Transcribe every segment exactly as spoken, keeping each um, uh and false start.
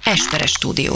Esperes Stúdió.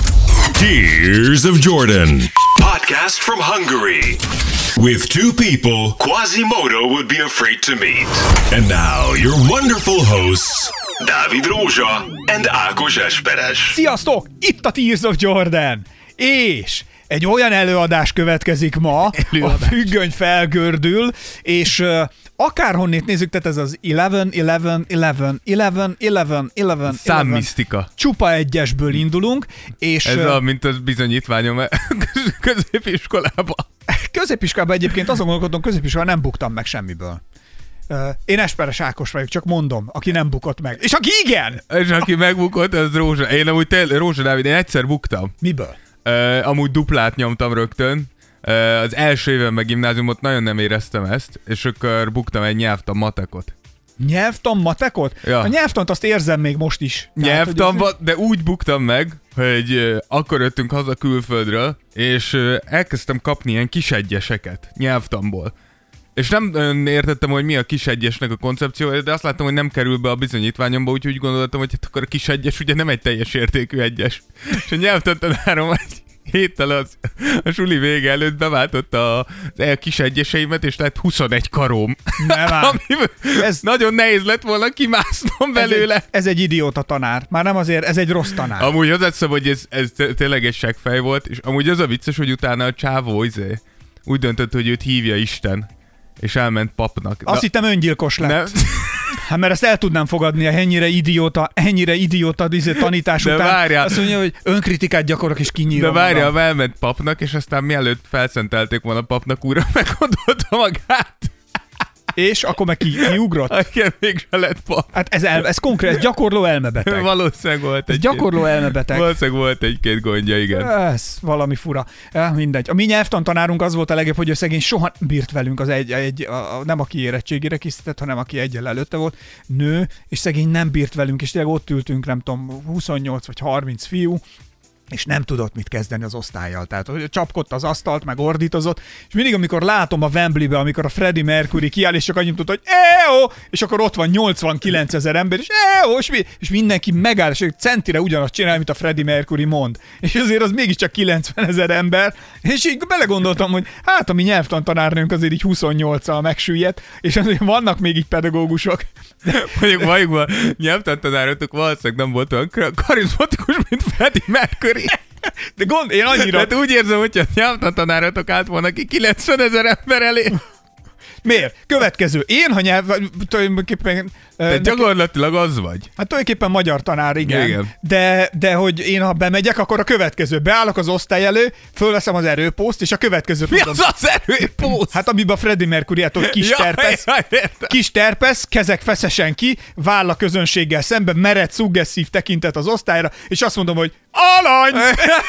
Tears of Jordan. Podcast from Hungary. With two people Quasimodo would be afraid to meet. And now your wonderful hosts, Dávid Rózsa and Ákos Esperes. Sziasztok! Itt a Tears of Jordan! És egy olyan előadás következik ma, előadás. A függöny felgördül, és uh, akárhonnét nézzük, tehát ez az tizenkettő, tizenkettő, tizenkettő, tizenkettő, tizenkettő, tizenkettő, számmisztika. Csupa egyesből indulunk, és... Ez uh, a, mint az bizonyítványom középiskolában. Középiskolában egyébként azon gondolkodom, középiskolában nem buktam meg semmiből. Uh, én Esperes Ákos vagyok, csak mondom, aki nem bukott meg. És aki igen! És aki megbukott, az Rózsa. Én amúgy tényleg, Rózsa Dávid, én egyszer buktam. Miből? Uh, amúgy duplát nyomtam rögtön. Uh, az első évemben gimnáziumot nagyon nem éreztem ezt, és akkor buktam egy nyelvtan matekot. Nyelvtan matekot? Ja. A nyelvtant azt érzem még most is. Nyelvtanba, az... de úgy buktam meg, hogy uh, akkor jöttünk haza külföldről, és uh, elkezdtem kapni ilyen kisegyeseket nyelvtanból. És nem értettem, hogy mi a kisegyesnek a koncepciója, de azt láttam, hogy nem kerül be a bizonyítványomba, úgyhogy úgy gondoltam, hogy hát akkor a kisegyes ugye nem egy teljes értékű egyes. És a nyelvtantanárom egy héttel az, a suli vége előtt beváltotta a, a kisegyeseimet, és lett huszonegy karóm. Nem ez nagyon nehéz lett volna kimásznom belőle. Ez egy, ez egy idióta tanár. Már nem azért, ez egy rossz tanár. Amúgy az egyszer, hogy ez, ez tényleg egy seggfej volt, és amúgy az a vicces, hogy utána a csávó izé, úgy döntött, hogy őt hívja Isten. És elment papnak. Azt hittem öngyilkos lett. Nem. Hát mert ezt el tudnám fogadni, a ennyire idióta, ennyire idióta tanítás de után. Várjál. Azt mondja, hogy önkritikát gyakorlok és kinyírom. De várjál, elment papnak, és aztán mielőtt felszentelték volna papnak, újra meggondolta magát. És akkor meg ki, kiugrott? Igen, mégse lett pap. Hát ez, el, ez konkrét, ez gyakorló elmebeteg. Valószínűleg volt egy gyakorló elmebeteg. Valószínűleg volt egy-két gondja, igen. Ez valami fura. Ja, mindegy. A mi nyelvtantanárunk az volt a legjobb, hogy ő szegény soha bírt velünk, az egy, egy a, a, nem aki érettségére készített, hanem aki egyel előtte volt, nő, és szegény nem bírt velünk, és tényleg ott ültünk, nem tudom, huszonnyolc vagy harminc fiú, és nem tudott mit kezdeni az osztályjal. Tehát hogy csapkodta az asztalt, meg ordítozott, és mindig, amikor látom a Wembleybe, amikor a Freddie Mercury kiáll, és csak annyit tudta, hogy eó, és akkor ott van nyolcvankilenc ezer ember, és eó, és, mi, és mindenki megáll, és centire ugyanazt csinál, mint a Freddie Mercury mond. És azért az mégiscsak kilencven ezer ember, és így belegondoltam, hogy hát a mi nyelvtantanárnőnk azért így huszonnyolccal megsüllyedt, és azért vannak még így pedagógusok. Mondjuk valljuk, nyelvtantanárotok valószínűleg nem volt olyan karizmatikus, mint Freddie Mercury. De gond, én annyira... De úgy érzem, hogyha nyelvtantanárotok állt volna ki kilencven ezer ember elé. Miért? Következő. Én, ha nyelv... Tulajdonképpen... Te nekem... gyakorlatilag az vagy. Hát tulajdonképpen magyar tanár, igen. igen. De, de hogy én, ha bemegyek, akkor a következő. Beállok az osztály elő, fölveszem az erőpószt, és a következő... Mi tudom. az az erőpószt? Hát amiben a Freddie Mercury-tól kis ja, terpesz, ja, kis terpesz, kezek feszesen ki, váll a közönséggel szemben, mered, szuggesszív tekintet az osztályra, és azt mondom, hogy alany!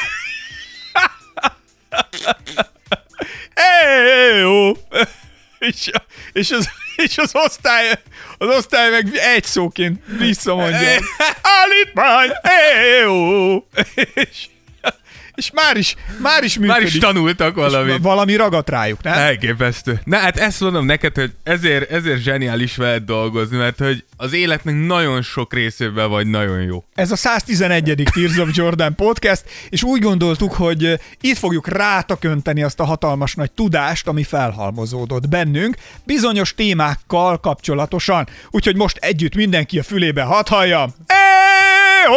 Éjjó! És, és, az, és az osztály, az osztály meg egy szóként visszamondja. Állítmány! Éjjó! És, és már is, már is működik. Már is tanultak valamit. Valami ragadt rájuk, nem? Elképesztő. Na hát ezt mondom neked, hogy ezért, ezért zseniális veled dolgozni, mert hogy az életnek nagyon sok részében vagy nagyon jó. Ez a száztizenegyedik Tears of Jordan podcast, és úgy gondoltuk, hogy itt fogjuk rátakönteni azt a hatalmas nagy tudást, ami felhalmozódott bennünk, bizonyos témákkal kapcsolatosan. Úgyhogy most együtt mindenki a fülébe hadd halljam. Éjjó!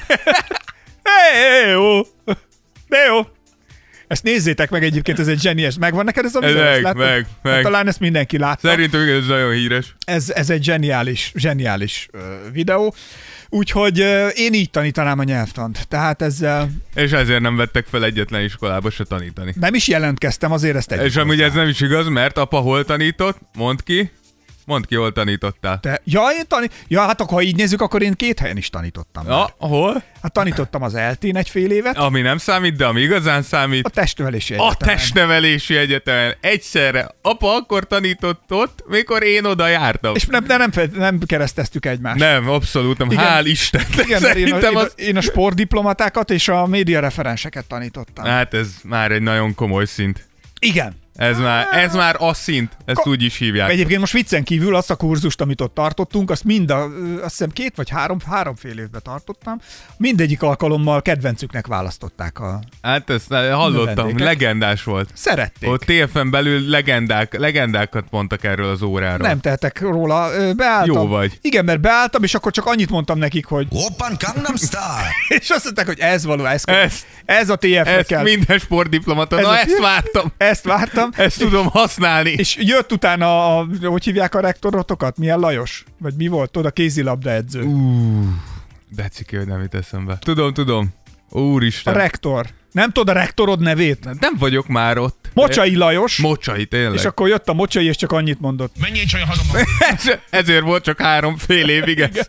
Éjjó! De jó. Ezt nézzétek meg egyébként, ez egy zseniás. Megvan neked ez a videó? Meg, meg, meg. Hát talán ezt mindenki látta. Szerintem ez nagyon híres. Ez, ez egy zseniális, zseniális uh, videó. Úgyhogy uh, én így tanítanám a nyelvtant. Tehát ezzel... És ezért nem vettek fel egyetlen iskolába se tanítani. Nem is jelentkeztem, azért ezt együtt. És amúgy ez nem is igaz, mert apa hol tanított? Mondd ki. Mondd ki, hol tanítottál. Te, ja, én tanít... ja, hát ha így nézzük, akkor én két helyen is tanítottam. Ja, hol? Hát tanítottam az eltén egy fél évet. Ami nem számít, de ami igazán számít. A testnevelési egyetemen. A testnevelési egyetemen. Egyszerre. Apa akkor tanított ott, mikor én oda jártam. És nem, nem, nem kereszteztük egymást. Nem, abszolút nem. Igen, hál' Istennek. Igen, mert én a, én, a, az... én a sportdiplomatákat és a médiareferenseket tanítottam. Hát ez már egy nagyon komoly szint. Igen. Ez már, ez már a szint, ezt Ka- úgy is hívják. Egyébként most viccen kívül azt a kurzust, amit ott tartottunk, azt mind a, azt hiszem két vagy három, három fél évben tartottam. Mindegyik alkalommal kedvencüknek választották a Hát ezt hallottam, legendás volt. Szerették. Ott té ef en belül legendák, legendákat mondtak erről az óráról. Nem tehetek róla, beálltam. Jó vagy. Igen, mert beálltam, és akkor csak annyit mondtam nekik, hogy Oppan Gangnam Style. és azt mondták, hogy ez való, ez, ez, ez a té ef-re ezt kell. minden sportdiplomata, na a, ezt vártam. Ezt vártam. Ezt tudom használni. És jött utána, a, hogy hívják a rektorotokat? Milyen Lajos? Vagy mi volt? Tudod, a kézilabda edző. Uh, de ciki, hogy nem jut eszembe. Tudom, tudom. Úristen. A rektor. Nem tudod a rektorod nevét? Nem vagyok már ott. Mocsai Lajos. Mocsai, tényleg. És akkor jött a Mocsai, és csak annyit mondott. Menjél csaj hazam. Ezért volt csak három fél évig ez.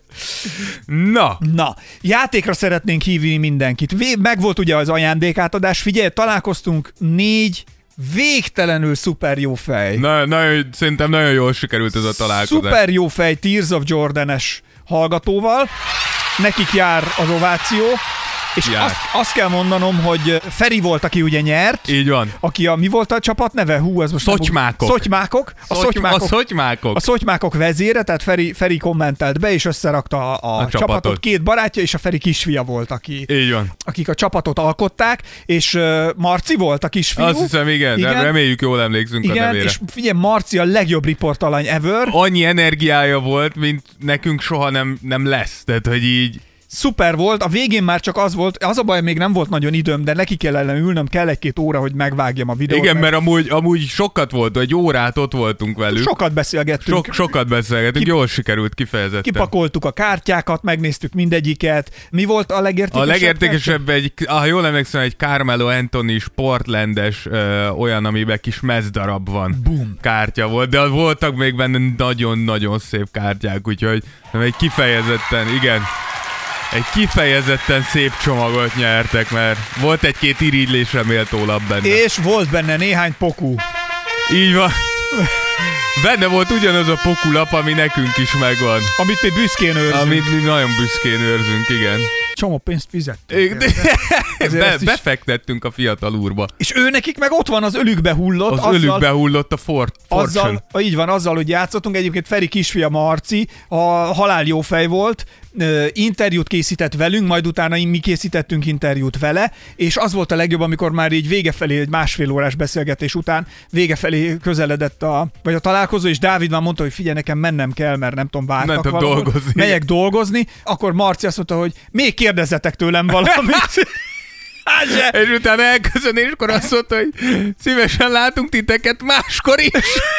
Na. Na, játékra szeretnénk hívni mindenkit. Vé- meg volt ugye az ajándékátadás. Figyelj, találkoztunk négy végtelenül szuper jó fej. Na, nagyon, szerintem nagyon jól sikerült ez a találkozás. Szuper jó fej Tears of Jordan-es hallgatóval. Nekik jár az ováció. És azt, azt kell mondanom, hogy Feri volt, aki ugye nyert. Így van. Aki a, mi volt a csapat neve? Hú, ez most Szotymákok. Szotymákok. A Szotymákok. A Szotymákok. A Szotymákok vezére, tehát Feri, Feri kommentelt be, és összerakta a, a, a csapatot. csapatot. Két barátja, és a Feri kisfia volt, aki, Így van. akik a csapatot alkották, és uh, Marci volt a kisfiú. Azt hiszem, igen, igen. De reméljük jól emlékszünk igen, a nevére. És figyelj, Marci a legjobb riportalany ever. Annyi energiája volt, mint nekünk soha nem, nem lesz. Tehát, hogy így... Szuper volt, a végén már csak az volt, az a baj, még nem volt nagyon időm, de neki kellene ülnöm, kell egy-két óra, hogy megvágjam a videót. Igen, mert, mert amúgy, amúgy sokat volt, egy órát ott voltunk velük. Sokat beszélgettünk. Sok, sokat beszélgettünk, Kip, jól sikerült kifejezetten. Kipakoltuk a kártyákat, megnéztük mindegyiket. Mi volt a legértékesebb? A legértékesebb egy, ha jól emlékszem, egy Carmelo Anthony Portlandes ö, olyan, amiben kis mezdarab van. Boom. Kártya volt, de voltak még benne nagyon-nagyon szép kártyák, úgyhogy egy kifejezetten, igen. Egy kifejezetten szép csomagot nyertek, mert volt egy-két irigylésre méltó lap benne. És volt benne néhány pokú. Így van. Benne volt ugyanaz a pokulap, ami nekünk is megvan. Amit mi büszkén őrzünk. Amit mi nagyon büszkén őrzünk, igen. Csomó pénzt fizettünk. Be, befektettünk a fiatal úrba. És ő nekik meg ott van az ölükbe hullott. Az azzal, ölükbe hullott a Fort, Fortune. Azzal, így van, azzal, hogy játszottunk. Egyébként Feri kisfia Marci, a halál jó fej volt, interjút készített velünk, majd utána mi készítettünk interjút vele, és az volt a legjobb, amikor már így vége felé, egy másfél órás beszélgetés után vége felé közeledett a, vagy a találkozó, és Dávid már mondta, hogy figyelj, nekem mennem kell, mert nem tudom, vártak nem valahol. dolgozni. Megyek dolgozni, akkor Marci azt mondta, hogy még kérdezzetek tőlem valamit. És utána elköszönéskor azt mondta, hogy szívesen látunk titeket máskor is.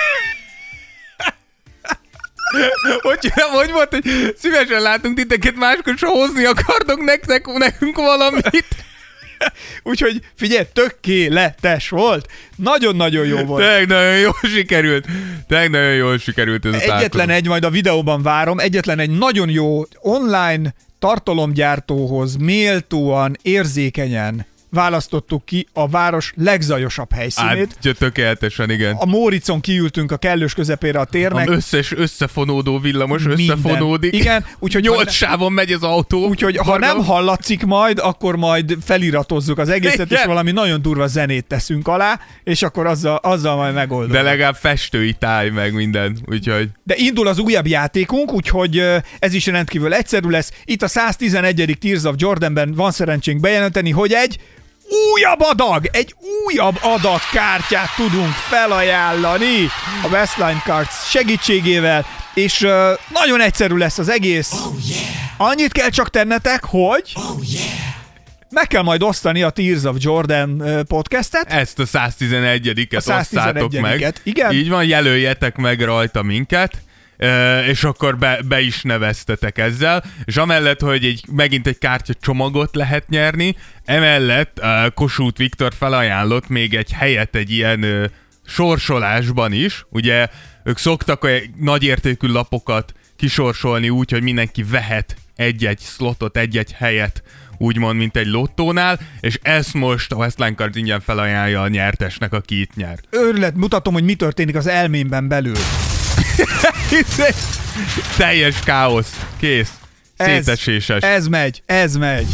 Hogy, hogy volt, hogy szívesen látunk titeket máskor, és hozni akartok nektek, nekünk valamit. Úgyhogy figyelj, tökéletes volt. Nagyon-nagyon jó volt. Tényleg nagyon jól sikerült. Tényleg nagyon jól sikerült ez a Egyetlen találkozó. egy, majd a videóban várom, egyetlen egy nagyon jó online tartalomgyártóhoz méltóan, érzékenyen választottuk ki a város legzajosabb helyszínét. Hát, tökéletesen, igen. A Móricon kiültünk a kellős közepére a térnek. Az összes összefonódó villamos Minden. összefonódik. Igen, úgyhogy nyolc sávon megy az autó. Úgyhogy ha nem hallatszik majd, akkor majd feliratozzuk az egészet, igen. És valami nagyon durva zenét teszünk alá, és akkor azzal, azzal majd megoldom. De legalább festői táj meg minden, úgyhogy... De indul az újabb játékunk, úgyhogy ez is rendkívül egyszerű lesz. Itt a száztizenegyedik Tears of Jordanben van szerencsénk bejelenteni, hogy egy újabb adag, egy újabb adag kártyát tudunk felajánlani a Westline Cards segítségével, és uh, nagyon egyszerű lesz az egész. Oh, yeah. Annyit kell csak tennetek, hogy Oh, yeah. meg kell majd osztani a Tears of Jordan uh, podcastet. Ezt a száztizenegyediket A osztátok meg. száztizenegyediket, igen. Így van, jelöljetek meg rajta minket. Uh, és akkor be, be is neveztetek ezzel, és amellett, hogy egy, megint egy kártya csomagot lehet nyerni, emellett uh, Kossuth Viktor felajánlott még egy helyet egy ilyen uh, sorsolásban is, ugye ők szoktak olyan nagyértékű lapokat kisorsolni úgy, hogy mindenki vehet egy-egy slotot, egy-egy helyet, úgymond, mint egy lottónál, és ezt most a Westline Cards ingyen felajánlja a nyertesnek, aki itt nyer. Őrület, mutatom, hogy mi történik az elmémben belül. Teljes káosz. Kész. széteséses. Ez megy, ez megy.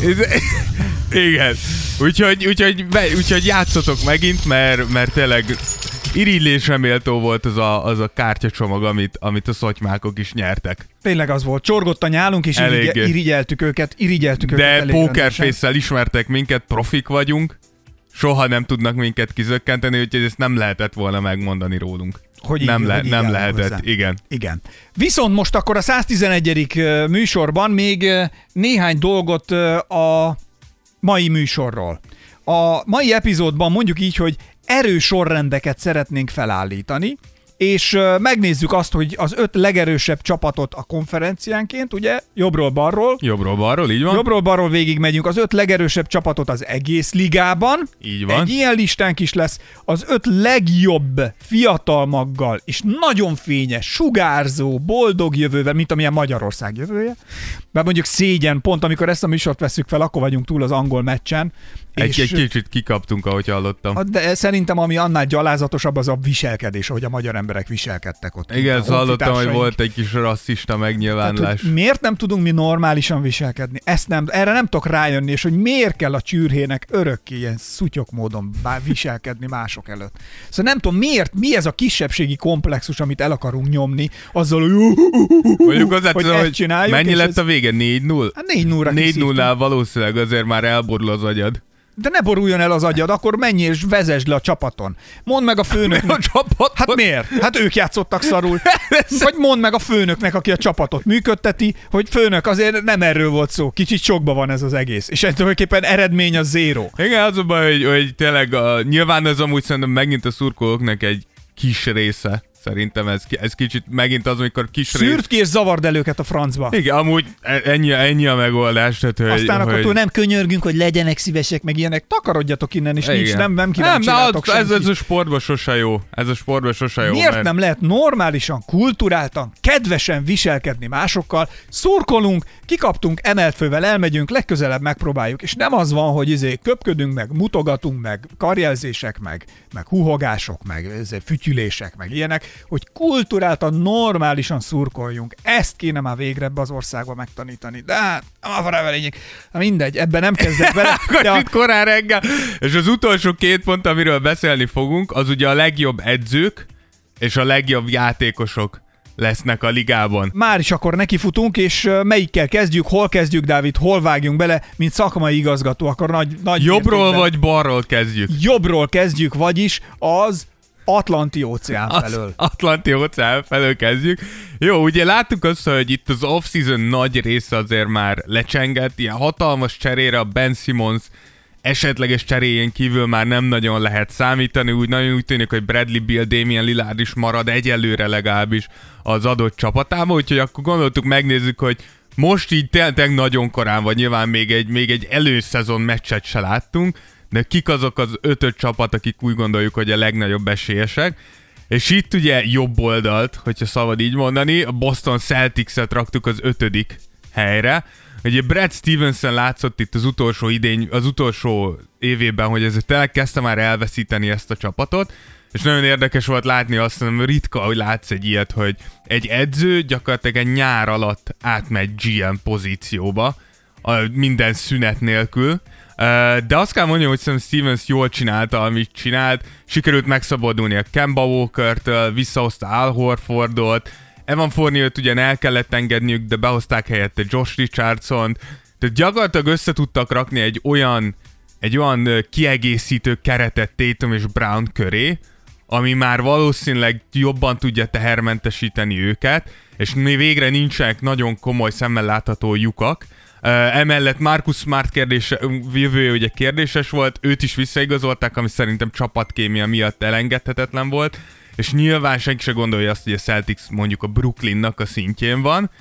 Igen. Úgyhogy, úgyhogy, úgyhogy játszotok megint, mert, mert tényleg irigylésre méltó volt az a, az a kártyacsomag, amit, amit a szotymákok is nyertek. Tényleg az volt. Csorgott a nyálunk, és irigye, irigyeltük őket, irigyeltük őket. De pokerface-szel ismertek minket, profik vagyunk, soha nem tudnak minket kizökkenteni, úgyhogy ezt nem lehetett volna megmondani rólunk. Hogy nem, így, le, hogy nem lehetett, hozzá. igen. Igen. Viszont most akkor a száztizenegyedik műsorban még néhány dolgot a mai műsorról. A mai epizódban mondjuk így, hogy erős sorrendeket szeretnénk felállítani, és megnézzük azt, hogy az öt legerősebb csapatot a konferenciánként, ugye, jobbról-balról. Jobbról-balról, így van. Jobbról-balról végig megyünk, az öt legerősebb csapatot az egész ligában. Így van. Egy ilyen listánk is lesz. Az öt legjobb fiatal maggal, és nagyon fényes, sugárzó, boldog jövővel, mint amilyen Magyarország jövője. Bár mondjuk szégyen, pont amikor ezt a műsort veszük fel, akkor vagyunk túl az angol meccsen. Egy, egy kicsit kikaptunk, ahogy hallottam. De szerintem ami annál gyalázatosabb, az a viselkedés, ahogy a magyar emberek viselkedtek ott. Igen, hallottam, hogy volt egy kis rasszista megnyilvánulás. Tehát, miért nem tudunk mi normálisan viselkedni? Ezt nem, erre nem tudok rájönni, és hogy miért kell a csürhének örökké ilyen szutyok módon viselkedni mások előtt. Szóval nem tudom, miért, mi ez a kisebbségi komplexus, amit el akarunk nyomni, azzal, hogy, mondjuk hozzá hogy tudom, ezt hogy csináljuk. Mennyi lett ez... a vége? négy null? Hát négy nullra négy nullnál valószínűleg azért már elborul az agyad. De ne boruljon el az agyad, akkor menj és vezesd le a csapaton. Mondd meg a főnöknek. A csapaton? Hát miért? Hát ők játszottak szarul. Vagy mondd meg a főnöknek, aki a csapatot működteti, hogy főnök, azért nem erről volt szó. Kicsit sokba van ez az egész. És tulajdonképpen eredmény a zéró. Igen, az a baj, hogy, hogy tényleg a, nyilván ez amúgy szerintem megint a szurkolóknak egy kis része. Szerintem ez, ez kicsit megint az, amikor kis rész... Szűrt ki és zavard el őket a francba. Igen, amúgy ennyi, ennyi a megoldás. Tehát, hogy, aztán hogy... akkor túl nem könyörgünk, hogy legyenek szívesek, meg ilyenek. Takarodjatok innen, és nincs, nem, nem kíváncsilátok nem, ez, ez a sportban sose jó. Ez a sportban sose jó. Miért mert... nem lehet normálisan, kulturáltan, kedvesen viselkedni másokkal? Szurkolunk, kikaptunk, emelt fővel elmegyünk, legközelebb megpróbáljuk. És nem az van, hogy izé köpködünk, meg mutogatunk, meg karjelzések, meg, meg huhogások, meg izé, fütyülések, meg ilyenek, hogy kulturáltan, normálisan szurkoljunk. Ezt kéne már végre ebbe az országba megtanítani. De hát, a lényeg. Mindegy, ebben nem kezdek bele. De a... korán reggel. És az utolsó két pont, amiről beszélni fogunk, az ugye a legjobb edzők és a legjobb játékosok lesznek a ligában. Már is akkor nekifutunk, és melyikkel kezdjük, hol kezdjük, Dávid, hol vágjunk bele, mint szakmai igazgató, akkor nagy... nagy jobbról vagy balról kezdjük? Jobbról kezdjük, vagyis az Atlanti óceán felől. Az Atlanti óceán felől kezdjük. Jó, ugye láttuk azt, hogy itt az off-season nagy része azért már lecsengett, ilyen hatalmas cserére a Ben Simmons esetleges cseréjén kívül már nem nagyon lehet számítani, úgy nagyon úgy tűnik, hogy Bradley Beal, Damian Lillard is marad egyelőre legalábbis az adott csapatában, úgyhogy akkor gondoltuk, megnézzük, hogy most így tényleg nagyon korán vagy, nyilván még egy, még egy előszezon meccset se láttunk, de kik azok az ötöt csapat, akik úgy gondoljuk, hogy a legnagyobb esélyesek. És itt ugye jobb oldalt, hogyha szabad így mondani, a Boston Celtics-et raktuk az ötödik helyre. Ugye Brad Stevenson látszott itt az utolsó idény, az utolsó évében, hogy ez tényleg kezdte már elveszíteni ezt a csapatot, és nagyon érdekes volt látni azt, hogy ritka, hogy látsz egy ilyet, hogy egy edző gyakorlatilag egy nyár alatt átmegy gé em pozícióba, a minden szünet nélkül. De azt kell mondjam, hogy szerintem Stevens jól csinálta, amit csinált, sikerült megszabadulni a Kemba Walker-től, visszahozta Al Horfordot, Evan Fournier-t ugyan el kellett engedniük, de behozták helyette Josh Richardson-t, tehát gyakorlatilag össze tudtak rakni egy olyan, egy olyan kiegészítő keretet Tatum és Brown köré, ami már valószínűleg jobban tudja tehermentesíteni őket, és még végre nincsenek nagyon komoly szemmel látható lyukak. Uh, emellett Marcus Smart kérdése, jövője ugye kérdéses volt, őt is visszaigazolták, ami szerintem csapatkémia miatt elengedhetetlen volt, és nyilván senki se gondolja azt, hogy a Celtics mondjuk a Brooklynnak a szintjén van,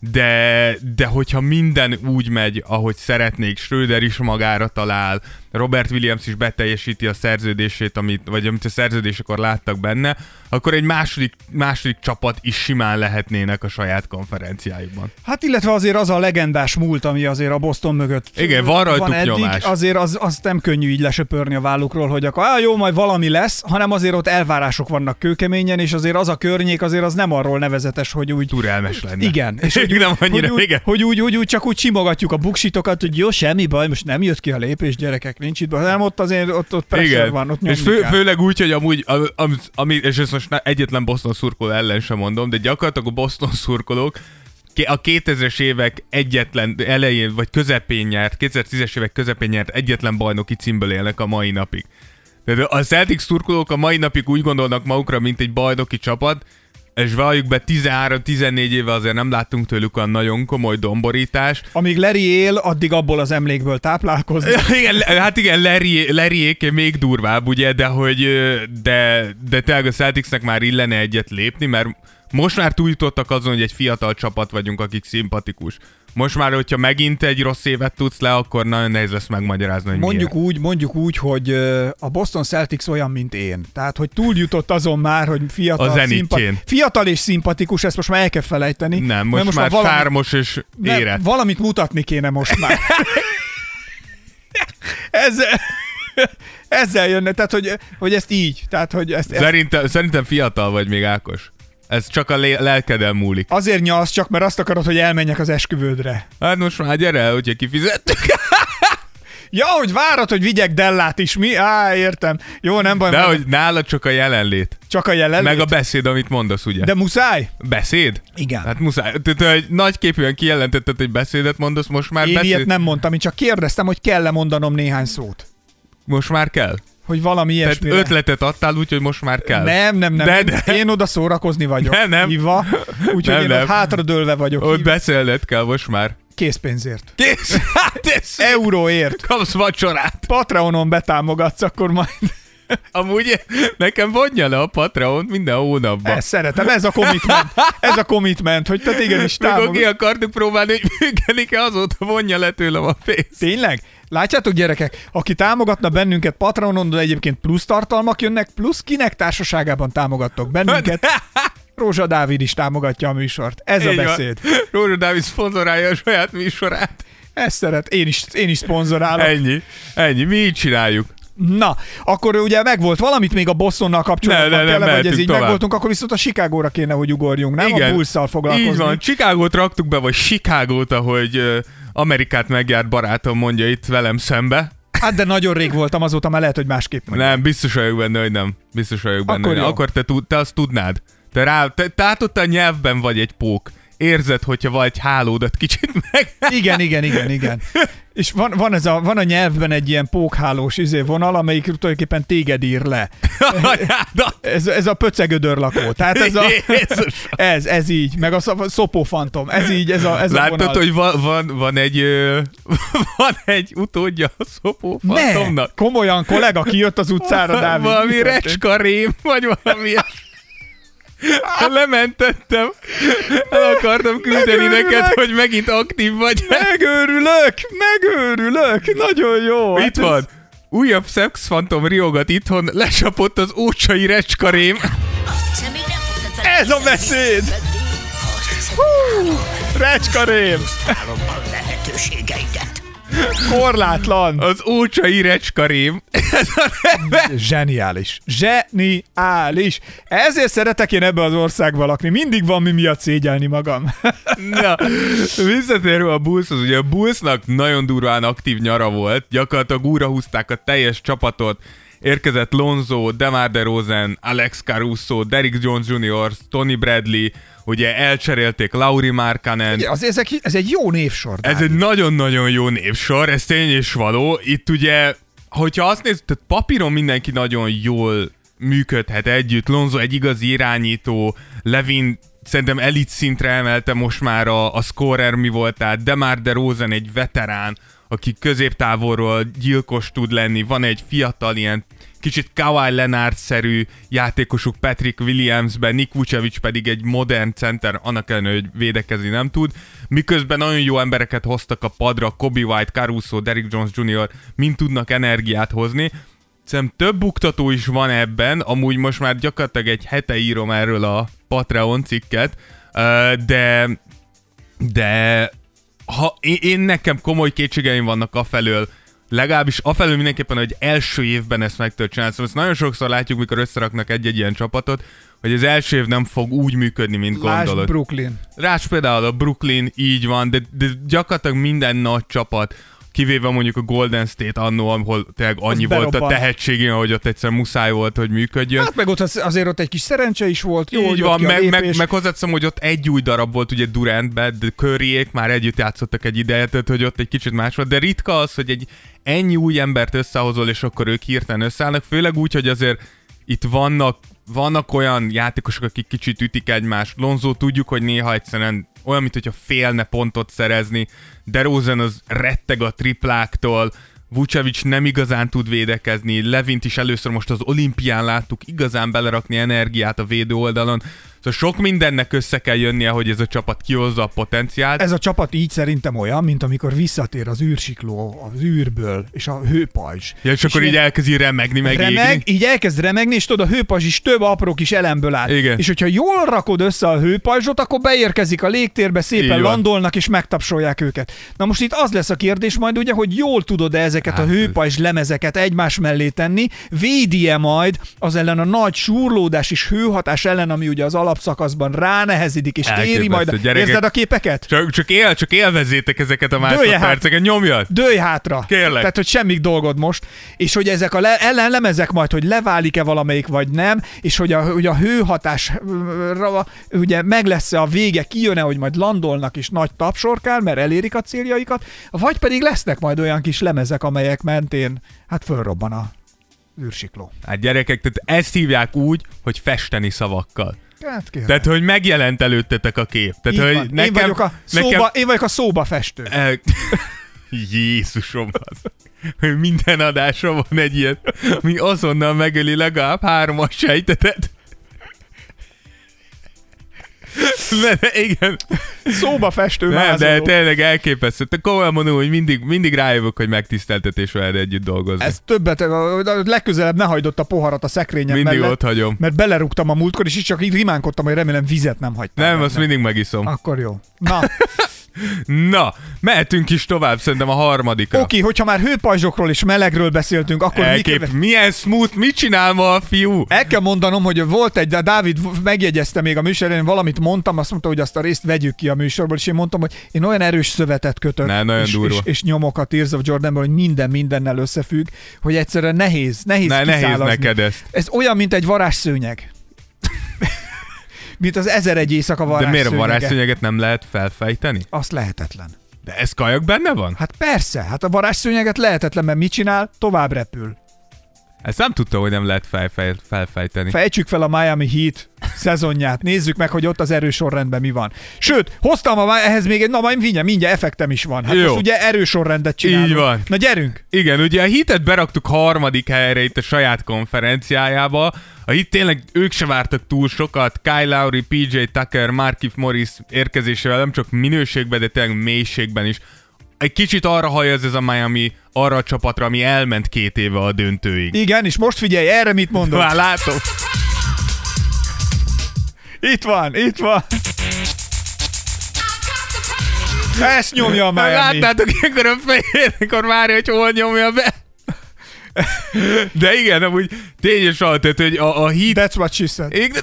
de, de hogyha minden úgy megy, ahogy szeretnék, Schröder is magára talál, Robert Williams is beteljesíti a szerződését, amit, vagy amit a szerződésekor láttak benne, akkor egy második, második csapat is simán lehetnének a saját konferenciájukban. Hát illetve azért az a legendás múlt, ami azért a Boston mögött igen, van rajtuk van eddig, nyomás. Azért az, az nem könnyű így lesöpörni a vállukról, hogy akkor á, jó, majd valami lesz, hanem azért ott elvárások vannak kőkeményen, és azért az a környék azért az nem arról nevezetes, hogy úgy... Türelmes lenne. Igen, és hogy hogy, nem annyira, hogy, úgy, igen. hogy úgy, úgy, úgy csak úgy simogatjuk a buksitokat, hogy jó, semmi baj, most nem jött ki a lépés, gyerekek, nincs itt baj, hanem ott azért ott, ott pressure Igen. van, ott és fő, főleg úgy, hogy amúgy, am, ami, és ezt most egyetlen Boston szurkoló ellen sem mondom, de gyakorlatilag a Boston szurkolók a kétezres évek egyetlen elején, vagy közepén nyert, kétezer-tízes évek közepén nyert egyetlen bajnoki címből élnek a mai napig. Tehát a Celtics szurkolók a mai napig úgy gondolnak magukra, mint egy bajnoki csapat, és valljuk be tizenhárom-tizennégy éve azért nem láttunk tőlük olyan nagyon komoly domborítás. Amíg Larry él, addig abból az emlékből táplálkoznak. Igen, hát igen, Larry, Larryék még durvább, ugye, de hogy de, de tényleg a Celticsnek már illene egyet lépni, mert most már túljutottak azon, hogy egy fiatal csapat vagyunk, akik szimpatikus. Most már, hogyha megint egy rossz évet tudsz le, akkor nagyon nehéz lesz megmagyarázni, hogy mondjuk miért. úgy, mondjuk úgy, hogy a Boston Celtics olyan, mint én. Tehát, hogy túljutott azon már, hogy fiatal, szimpa- fiatal és szimpatikus, ezt most már el kell felejteni. Nem, most, most már, már valami, sármos és érett. Nem, valamit mutatni kéne most már. ezzel, ezzel jönne, tehát, hogy, hogy ezt így. Tehát, hogy ezt, szerintem, ezt... szerintem fiatal vagy még, Ákos. Ez csak a lé- lelkedel múlik. Azért nyalsz csak, mert azt akarod, hogy elmenjek az esküvődre. Hát most már gyere el, hogyha kifizettük. Ja, hogy várod, hogy vigyek Dellát is, mi? Á, értem. Jó, nem baj. De hogy nálad csak a jelenlét. Csak a jelenlét? Meg a beszéd, amit mondasz, ugye? De muszáj? Beszéd? Igen. Hát muszáj. Tehát, hogy nagyképűen kijelentetted, hogy beszédet mondasz, most már Én beszéd... ilyet nem mondtam, én csak kérdeztem, hogy kell-e mondanom néhány szót. Most már kell? Hogy valami ilyesmire. Tehát ötletet adtál, úgyhogy most már kell. Nem, nem, nem. De, de. Én oda szórakozni vagyok. Nem, nem. Híva. Úgyhogy én nem. ott hátradőlve vagyok. Ott beszélned kell most már. Készpénzért. Kész? Hát ez... Euróért. Kapsz vacsorát. Patreonon betámogatsz, akkor majd... Amúgy nekem vonja le a Patreon minden hónapban. Ezt szeretem, ez a commitment. Ez a commitment, hogy te igenis támogat. Mikor ki akartuk próbálni, hogy működik-e, azóta vonja le tőlem a pénzt. Tényleg? Látjátok, gyerekek, aki támogatna bennünket Patreonon, de egyébként plusz tartalmak jönnek, plusz kinek társaságában támogattok bennünket. Rózsa Dávid is támogatja a műsort. Ez Így a beszéd. Van. Rózsa Dávid szponzorálja a saját műsorát. Ezt szeret. Én is, én is szponzorálok. Ennyi. Ennyi. Mi így csináljuk. Na, akkor ugye megvolt valamit még a Bostonnal kapcsolatban, ne, ne, kell, vagy ez így tovább. megvoltunk, akkor viszont a Chicagóra kéne, hogy ugorjunk, nem? Igen, a Bulls-szal foglalkozni. Így van, Chicagót raktuk be, vagy Chicagót, ahogy uh, Amerikát megjárt barátom mondja itt velem szembe. Hát de nagyon rég voltam, azóta már lehet, hogy másképp mondja. Nem, biztos vagyok benne, hogy nem. Biztos vagyok benne, akkor, hogy akkor te, te azt tudnád. Te, rá, te, te hát ott a nyelvben vagy egy pók. Érzed, hogyha vagy egy hálódat kicsit meg. Igen, igen, igen, igen. És van, van, ez a, van a nyelvben egy ilyen pókhálós izé vonal, amelyik tulajdonképpen téged ír le. ez, ez a pöcegödör lakó. Tehát ez, a, ez, ez így, meg a szopófantom. Ez így, ez a, ez Láttad, a vonal. hogy van, van, van, egy, van egy utódja a szopófantomnak? Ne, komolyan kollega kijött az utcára, Dávid. Valami recskarém, vagy valami lementettem. El akartam küldeni Megőrülök. neked, hogy megint aktív vagy. Megőrülök, megőrülök, nagyon jó. Itt hát van. Ez... Újabb szexfantom riogat itthon, lesapott az ócsai recskarém. Ez a beszéd! Hú, recskarém! Korlátlan! Az ócsai recskarém. Zseniális. Zseniális. Ezért szeretek én ebbe az országba lakni. Mindig van mi miatt szégyelni magam. Na, visszatérve a Bullshoz, ugye a Bullsnak nagyon durván aktív nyara volt, gyakorlatilag újra húzták a teljes csapatot, érkezett Lonzo, DeMar DeRozan, Alex Caruso, Derrick Jones junior, Tony Bradley, ugye elcserélték Lauri Markkanen. Ugye, az, ezek, ez egy jó névsor. Dávid. Ez egy nagyon-nagyon jó névsor, ez tény és való. Itt ugye, hogyha azt nézzük, tehát papíron mindenki nagyon jól működhet együtt. Lonzo egy igazi irányító, Levin szerintem elit szintre emelte most már a, a scorer mi volt, tehát DeMar DeRozan egy veterán, aki középtávolról gyilkos tud lenni, van egy fiatal ilyen kicsit Kawhi Leonard-szerű játékosuk Patrick Williamsben, Nick Vucevic pedig egy modern center, annak ellenére, hogy védekezni nem tud. Miközben nagyon jó embereket hoztak a padra, Kobe White, Caruso, Derrick Jones junior mind tudnak energiát hozni. Szerintem több buktató is van ebben, amúgy most már gyakorlatilag egy hete írom erről a Patreon cikket, de, de ha én, én nekem komoly kétségeim vannak afelől, legalábbis afelől mindenképpen, hogy első évben ezt meg tudod csinálni. Szóval ezt nagyon sokszor látjuk, mikor összeraknak egy-egy ilyen csapatot, hogy az első év nem fog úgy működni, mint Lásd gondolod. Brooklyn. Rás például a Brooklyn, így van, de, de gyakorlatilag minden nagy csapat, kivéve mondjuk a Golden State annó, ahol tényleg annyi volt a berobban. tehetségén, hogy ott egyszer muszáj volt, hogy működjön. Hát meg ott az, azért ott egy kis szerencse is volt. Jó, Így van, meg, meg, meg hozzáteszem, hogy ott egy új darab volt ugye Durantbe, de Curryék már együtt játszottak egy ideje, tehát hogy ott egy kicsit más volt, de ritka az, hogy egy ennyi új embert összehozol, és akkor ők hirtelen összeállnak, főleg úgy, hogy azért itt vannak, vannak olyan játékosok, akik kicsit ütik egymást. Lonzo tudjuk, hogy néha egyszerűen olyan, mint hogyha félne pontot szerezni. DeRozan az retteg a tripláktól, Vucevic nem igazán tud védekezni, Levint is először most az olimpián láttuk igazán belerakni energiát a védő oldalon. Szóval sok mindennek össze kell jönnie, hogy ez a csapat kihozza a potenciált. Ez a csapat így szerintem olyan, mint amikor visszatér az űrsikló az űrből, és a hőpajzs. Ja, és, és akkor így elkezdi remegni, meg remeg, égni. így elkezd remegni, és tudod, a hőpajzs is több apró kis elemből áll. Igen. És hogyha jól rakod össze a hőpajzsot, akkor beérkezik a légtérbe, szépen Így van. landolnak, és megtapsolják őket. Na most itt az lesz a kérdés majd ugye, hogy jól tudod-e ezeket Hát a hőpajzs lemezeket egymás mellé tenni, védi-e majd az ellen a nagy súrlódás és hőhatás ellen, ami ugye az alapszakaszban ránehezidik, és éri Elképesztő, majd. A... gyerekek. Érzed a képeket? Csak, csak, él, csak élvezzétek ezeket a Dőlje hát. másodperceket, nyomjad! Dőlj hátra. Kérlek. Tehát, hogy semmi dolgod most, és hogy ezek a le- ellenlemezek majd, hogy leválik-e valamelyik, vagy nem, és hogy a, hogy a hőhatás ugye meg lesz-e a vége, kijön-e, hogy majd landolnak, és nagy tapsorkál, mert elérik a céljaikat, vagy pedig lesznek majd olyan kis lemezek, amelyek mentén, hát fölrobban a űrsikló. Hát gyerekek, tehát ezt hívják úgy, hogy festeni szavakkal. Hát kérlek. Tehát, hogy megjelent előttetek a kép. Tehát, Így hogy van. nekem, én, vagyok a szóba, nekem... én vagyok a szóba festő. El... Jézusom az. Hogy minden adásra van egy ilyen, ami azonnal megöli legalább háromas sejtetet. De, de igen. Szóba festő Nem, mázoló. de tényleg elképesztő. Te komolyan mondom, hogy mindig, mindig rájövök, hogy megtiszteltetés veled együtt dolgozni. Ez többet, a legközelebb ne hagyd ott a poharat a szekrényem mindig mellett, ott hagyom. mert belerúgtam a múltkor, és így csak így rimánkodtam, hogy remélem vizet nem hagytam. Nem, benne. azt mindig megiszom. Akkor jó. Na, Na, mehetünk is tovább, szerintem a harmadikra. oké, okay, hogyha már hőpajzsokról és melegről beszéltünk, akkor mi Elkép, követ... milyen smooth, mit csinál ma a fiú? El kell mondanom, hogy volt egy, de Dávid megjegyezte még a műsorban, én valamit mondtam, azt mondta, hogy azt a részt vegyük ki a műsorból, és én mondtam, hogy én olyan erős szövetet kötök, Ne, nagyon és, durva. és, és nyomok a Tears of Jordanból, hogy minden mindennel összefügg, hogy egyszerűen nehéz, nehéz Ne, nehéz kiszálazni. neked ezt. Ez olyan, mint egy varázsszőnyeg. Mint az ezer egy éjszaka De varázsszőnyege. miért a varázsszőnyeget nem lehet felfejteni? Azt lehetetlen. De ez kajak benne van? Hát persze, hát a varázsszőnyeget lehetetlen, mert mit csinál? Tovább repül. Ezt nem tudtam, hogy nem lehet felfej, felfejteni. Fejtsük fel a Miami Heat szezonját, nézzük meg, hogy ott az erősorrendben mi van. Sőt, hoztam a, ehhez még egy, na majd mindjárt, mindjárt effektem is van. Hát Jó. most ugye erősorrendet csinálunk. Így van. Na gyerünk! Igen, ugye a Heatet beraktuk harmadik helyre itt a saját konferenciájába. A Heat tényleg ők se vártak túl sokat. Kyle Lowry, pé jé Tucker, Markieff Morris érkezésével nem csak minőségben, de tényleg mélységben is. Egy kicsit arra hajaz ez a Miami, arra a csapatra, ami elment két éve a döntőig. Igen, és most figyelj, erre mit mondok? Már látom. Itt van, itt van. Ezt nyomja a Miami. Láttátok, ilyenkor a fején, akkor várja, hogy hol nyomja be. De igen, amúgy tényes az, tehát, hogy a, a Heat... That's what she said. Igen,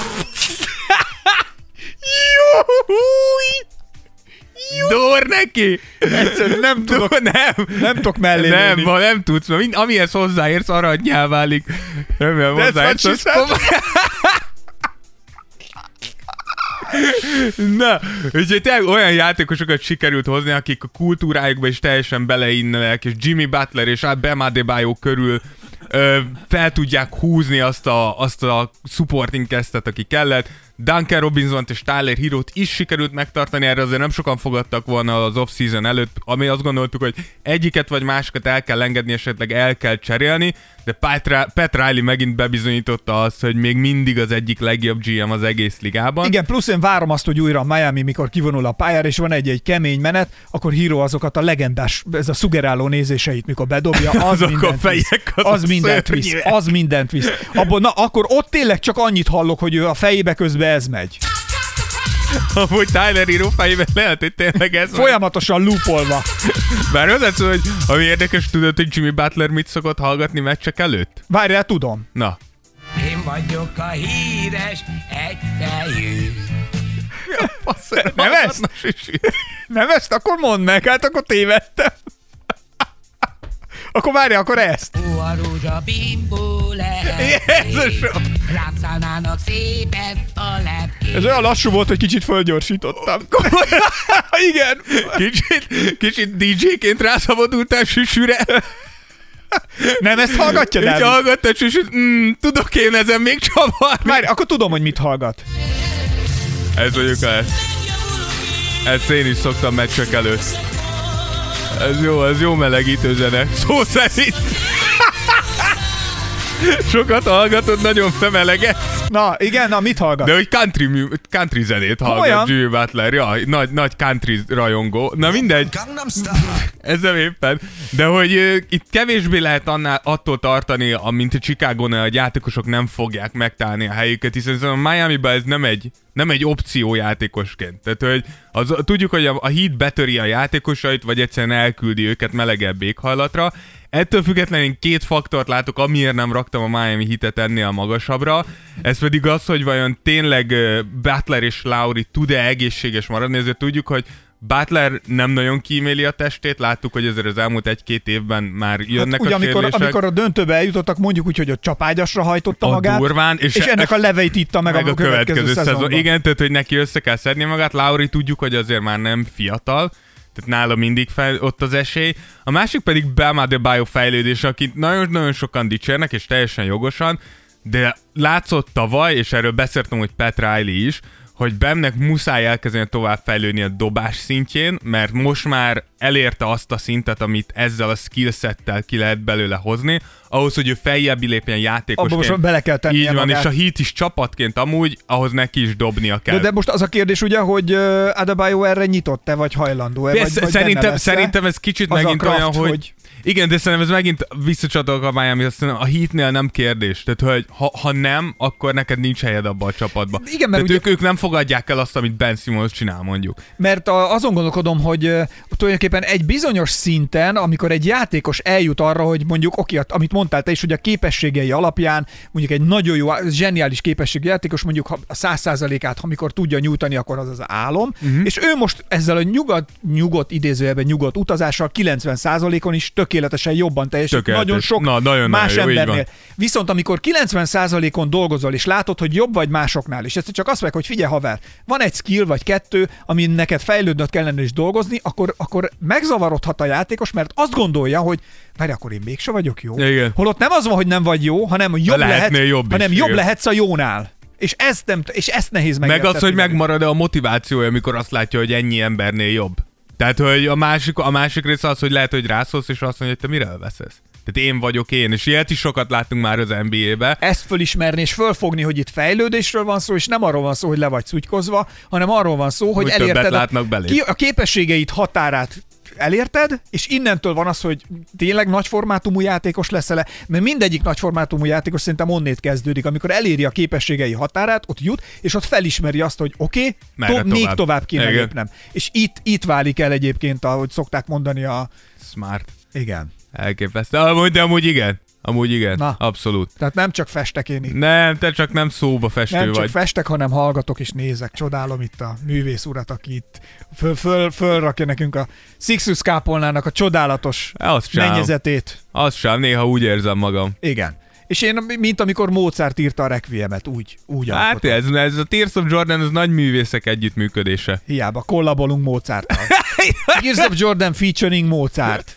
Jújúj! Dór neki! Egyszerűen nem tudok, Dór, nem! nem tudok mellé Nem, lőni. ma nem tudsz, mert mind, amihez hozzáérsz, aranynyá válik. Remélem That's what hozzáérsz. she az said. komoly- Na, úgyhogy tényleg olyan játékosokat sikerült hozni, akik a kultúrájukba is teljesen beleinnenek, és Jimmy Butler és Bam Adebayo körül ö, fel tudják húzni azt a, azt a supporting castet, aki kellett. Duncan Robinsont és Tyler Herrót is sikerült megtartani, erre azért nem sokan fogadtak volna az off-season előtt, ami azt gondoltuk, hogy egyiket vagy másikat el kell engedni, esetleg el kell cserélni, de Pat, Pat Riley megint bebizonyította azt, hogy még mindig az egyik legjobb gé em az egész ligában. Igen, plusz én várom azt, hogy újra Miami, mikor kivonul a pályára, és van egy-egy kemény menet, akkor Hero azokat a legendás, ez a szugeráló nézéseit, mikor bedobja, az Azok a mindent visz. fejek, azok Az mindent visz. szörnyűek. Az mindent visz. Abban, na, akkor ott tényleg csak annyit hallok, hogy ő a fejébe közben ez megy. Amúgy Tyler Herro fejében lehet, hogy tényleg ez van. Folyamatosan loopolva. Bár az lesz, hogy ami érdekes, tudod, hogy Jimmy Butler mit szokott hallgatni meccsek előtt? Várjál, tudom. Na. Him vagyok a híres egyfejű. Nem ezt? Nem ezt? Akkor mondd meg, hát akkor tévedtem. Akkor várja, akkor ezt. Ó, a rózsa bimbó lehet. Jézusom! Rám szállnának szépen a lepkét. Ez olyan lassú volt, hogy kicsit fölgyorsítottam. Igen. Kicsit, kicsit dé dzsé-ként rászabadultál Süsüre. Nem ezt hallgatja, Így Dávid? hallgattad Süsüt, mm, tudok én ezen még csavarni. Várj, akkor tudom, hogy mit hallgat. Ez vagyok el. Ezt én is szoktam meccsek előtt. Ez jó, ez jó melegítő zene. Szó szerint. Sokat hallgatod, nagyon femelegetsz. Na, igen, na, mit hallgat? De hogy country, mű- country zenét hallgat Olyan? Jimmy Butler. Ja, nagy, nagy country rajongó. Na mindegy. Gangnam Style. Ez nem éppen. De hogy uh, itt kevésbé lehet annál, attól tartani, amint a Chicagónál a játékosok nem fogják megtalálni a helyüket, hiszen a Miamiban ez nem egy, nem egy opció játékosként. Tehát, hogy az, tudjuk, hogy a, a Heat betöri a játékosait, vagy egyszerűen elküldi őket melegebb éghajlatra. Ettől függetlenül én két faktort látok, amiért nem raktam a Miami Heatet ennél magasabbra. Ez pedig az, hogy vajon tényleg uh, Butler és Lowry tud-e egészséges maradni, ezért tudjuk, hogy Butler nem nagyon kíméli a testét, láttuk, hogy ezért az elmúlt egy-két évben már jönnek Hát, ugye, a amikor, sérülések. amikor a döntőbe eljutottak, mondjuk úgy, hogy a csapágyasra hajtotta A magát, durván, és, és és ennek a leveit itta meg, meg a következő, következő szezonban. szezon. Igen, tehát hogy neki össze kell szedni magát. Lowry tudjuk, hogy azért már nem fiatal, tehát nála mindig fel, ott az esély. A másik pedig Bam Adebayo fejlődés, akit nagyon-nagyon sokan dicsérnek, és teljesen jogosan, de látszott tavaly, és erről beszéltem, hogy Pat Riley is, hogy Bamnek muszáj elkezdeni tovább fejlődni a dobás szintjén, mert most már elérte azt a szintet, amit ezzel a skillsettel ki lehet belőle hozni, ahhoz, hogy ő feljebbi lépjen játékosként. Abba most bele kell tennie Így van, magát. és a Heat is csapatként amúgy, ahhoz neki is dobnia kell. De, de most az a kérdés ugye, hogy uh, Adebayo erre nyitott-e, vagy hajlandó-e, vagy, Persze, vagy szerintem, benne lesz-e? szerintem ez kicsit Az a megint Kraft, olyan, hogy... hogy- Igen, de szerintem ez megint visszacsatolok a Miami, azt mondom, a Heatnél nem kérdés. Tehát, hogy ha, ha nem, akkor neked nincs helyed abba a csapatba. Igen, mert Tehát ugye- ők, ők nem fogadják el azt, amit Ben Simmons csinál, mondjuk. Mert a, azon gondolkodom, hogy uh, tulajdonképpen egy bizonyos szinten, amikor egy játékos eljut arra, hogy mondjuk, oké, amit mondtál te is, hogy a képességei alapján, mondjuk egy nagyon jó, zseniális képességű játékos, mondjuk ha a száz százalékát, amikor tudja nyújtani, akkor az az álom, uh-huh. és ő most ezzel a nyugodt, nyugodt idézőjelben nyugodt utazással kilencven százalékon is tökéletesen jobban teljesít, Tökéletes. nagyon sok Na, nagyon, más nagyon jó, így embernél. van. Viszont amikor kilencven százalékon dolgozol, és látod, hogy jobb vagy másoknál, és ezt csak azt meg, hogy figyelj haver, van egy skill vagy kettő, amin neked fejlődnöd kellene is dolgozni, akkor, akkor megzavarodhat a játékos, mert azt gondolja, hogy várj, akkor én mégse vagyok jó. Igen. Holott nem az van, hogy nem vagy jó, hanem jobb lehet, lehetnél jobb is, hanem jobb igen. lehetsz a jónál. És ezt, nem, és ezt nehéz Meg megértetni. az, hogy megmarad-e a motivációja, amikor azt látja, hogy ennyi embernél jobb. Tehát, hogy a másik, a másik része az, hogy lehet, hogy rászólsz, és azt mondja, hogy te mire veszesz. Tehát én vagyok én, és ilyet is sokat láttunk már az en bé á-be. Ezt fölismerni és fölfogni, hogy itt fejlődésről van szó, és nem arról van szó, hogy le vagy szutykozva, hanem arról van szó, hogy, Hogy elérted többet a, látnak belé. ki, a képességeid határát elérted, és innentől van az, hogy tényleg nagyformátumú játékos leszel-e, mert mindegyik nagyformátumú játékos szerintem onnét kezdődik, amikor eléri a képességei határát, ott jut, és ott felismeri azt, hogy oké, okay, Merre to- még tovább? tovább kéne Igen. lépnem. És itt, itt válik el egyébként, ahogy szokták mondani a... Smart. Igen. Elképesztő. Amúgy, de amúgy igen. Amúgy igen. Na. Abszolút. Tehát nem csak festek én itt. Nem, te csak nem szóba festő Nem csak vagy. festek, hanem hallgatok és nézek. Csodálom itt a művész urat, aki itt föl, föl, fölrakja nekünk a Sixus kápolnának a csodálatos Azt sem. mennyezetét. Azt sem, néha úgy érzem magam. Igen. És én, mint amikor Mozart írta a Requiemet, úgy, úgy Hát alkotom. ez, ez a Tears of Jordan, az nagy művészek együttműködése. Hiába kollabolunk Mozarttal. Tears of Jordan featuring Mozart.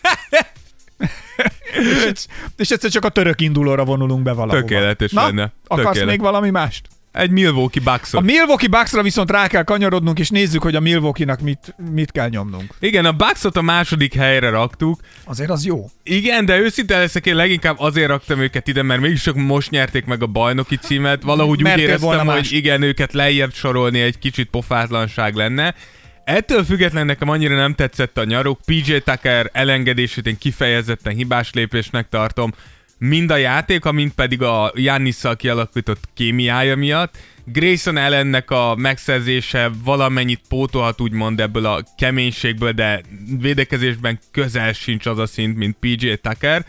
és, egyszer- és egyszer csak a török indulóra vonulunk be valahova. Tökéletes Na, lenne. akarsz Tökéletes. még valami mást? Egy Milwaukee Bucks-ot. A Milwaukee Bucksra viszont rá kell kanyarodnunk, és nézzük, hogy a Milwaukee-nak mit, mit kell nyomnunk. Igen, a Bucks-ot a második helyre raktuk. Azért az jó. Igen, de őszinte leszek, én leginkább azért raktam őket ide, mert mégis csak most nyerték meg a bajnoki címet. Valahogy Mertél úgy éreztem, volna hogy más. igen, őket lejjebb sorolni egy kicsit pofátlanság lenne. Ettől függetlenül nekem annyira nem tetszett a nyaruk. pé jé Tucker elengedését én kifejezetten hibás lépésnek tartom. Mind a játék, mint pedig a Giannisszal kialakított kémiája miatt. Grayson Allennek a megszerzése valamennyit pótolhat úgymond ebből a keménységből, de védekezésben közel sincs az a szint, mint pé jé Tucker.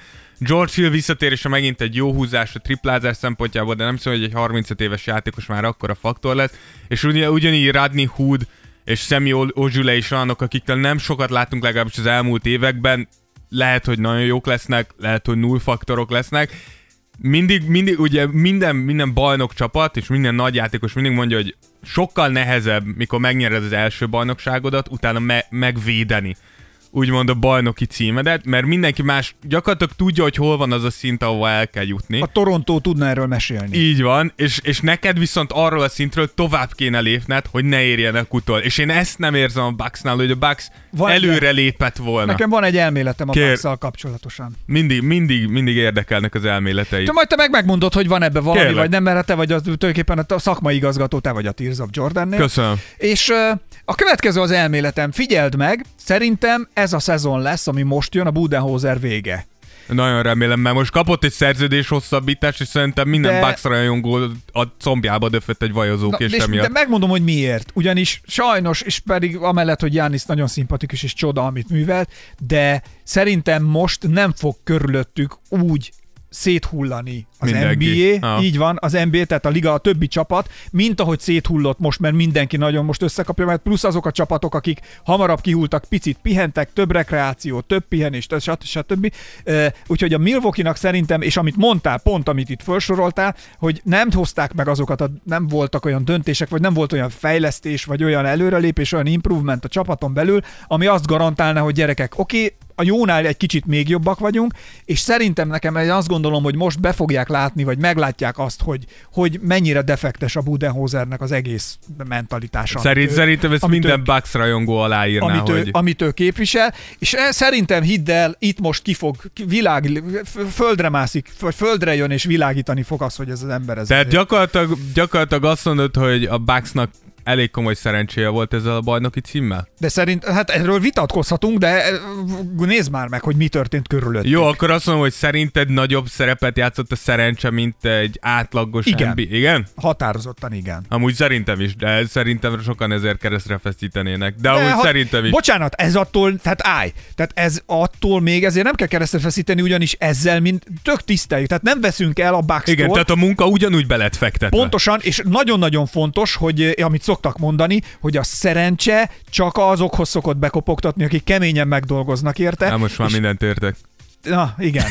George Hill visszatérése megint egy jó húzás a triplázás szempontjából, de nem hiszem, hogy egy harmincöt éves játékos már akkora faktor lesz. És ugyan, ugyanígy Rodney Hood és Semi Ojeleye is olyanok, akikkel nem sokat láttunk legalábbis az elmúlt években. Lehet, hogy nagyon jók lesznek, lehet, hogy null faktorok lesznek. Mindig, mindig, ugye minden, minden bajnok csapat és minden nagy játékos mindig mondja, hogy sokkal nehezebb, mikor megnyered az első bajnokságodat, utána me- megvédeni úgymond a bajnoki címedet, mert mindenki más gyakorlatilag tudja, hogy hol van az a szint, ahova el kell jutni. A Toronto tudna erről mesélni. Így van, és, és neked viszont arról a szintről tovább kéne lépned, hogy ne érjenek utol. És én ezt nem érzem a Bucksnál, hogy a Bucks van előre egy... lépett volna. Nekem van egy elméletem a Kér... Bucks-szal kapcsolatosan. Mindig, mindig, mindig érdekelnek az elméletei. Te majd te meg megmondod, hogy van ebbe valami, Kérlek. vagy nem, mert te vagy az, tulajdonképpen a szakmai igazgató, te vagy a Tears of Jordannél. Köszönöm. És uh, a következő az elméletem. Figyeld meg, szerintem ez a szezon lesz, ami most jön, a Budenholzer vége. Nagyon remélem, mert most kapott egy szerződés hosszabbítást, és szerintem minden de... Bucks rajongó a combjába döfött egy vajozók, és emiatt. De megmondom, hogy miért. Ugyanis sajnos, és pedig amellett, hogy Giannis nagyon szimpatikus és csoda, amit művelt, de szerintem most nem fog körülöttük úgy széthullani az mindenki. en bé á, ah. így van, az en bé á, tehát a liga, a többi csapat, mint ahogy széthullott most, mert mindenki nagyon most összekapja, mert plusz azok a csapatok, akik hamarabb kihulltak, picit pihentek, több rekreáció, több pihenés, stb. Úgyhogy a Milwaukee-nak szerintem, és amit mondtál, pont amit itt felsoroltál, hogy nem hozták meg azokat, a, nem voltak olyan döntések, vagy nem volt olyan fejlesztés, vagy olyan előrelépés, olyan improvement a csapaton belül, ami azt garantálna, hogy gyerekek, oké, okay, a jónál egy kicsit még jobbak vagyunk, és szerintem nekem azt gondolom, hogy most be fogják látni, vagy meglátják azt, hogy, hogy mennyire defektes a Budenholzernek az egész mentalitása. Szerint, ő, szerintem ezt minden ő, Bucks rajongó aláírná, amit hogy... Ő, amit ő képvisel, és szerintem hidd el, itt most ki fog, világ, földre mászik, vagy földre jön, és világítani fog az, hogy ez az ember ez. Tehát gyakorlatilag, gyakorlatilag azt mondod, hogy a Bucksnak elég komoly szerencséje volt ezzel a bajnoki címmel? De szerint, hát erről vitatkozhatunk, de nézd már meg, hogy mi történt körülött. Jó, akkor azt mondom, hogy szerinted nagyobb szerepet játszott a szerencse, mint egy átlagos igen. en bé á. Igen? Határozottan igen. Amúgy szerintem is, de szerintem sokan ezért keresztre feszítenének. De, de amúgy ha, szerintem is. Bocsánat, ez attól, tehát állj, tehát ez attól még ezért nem kell keresztre feszíteni, ugyanis ezzel mind tök tiszteljük. Tehát nem veszünk el a Bucks-tól. Igen, tehát a munka ugyanúgy be lett fektetve. Pontosan, és nagyon-nagyon fontos, hogy amit szoktak mondani, hogy a szerencse csak azokhoz szokott bekopogtatni, akik keményen megdolgoznak érte. Na, most már és... mindent értek. Na, igen.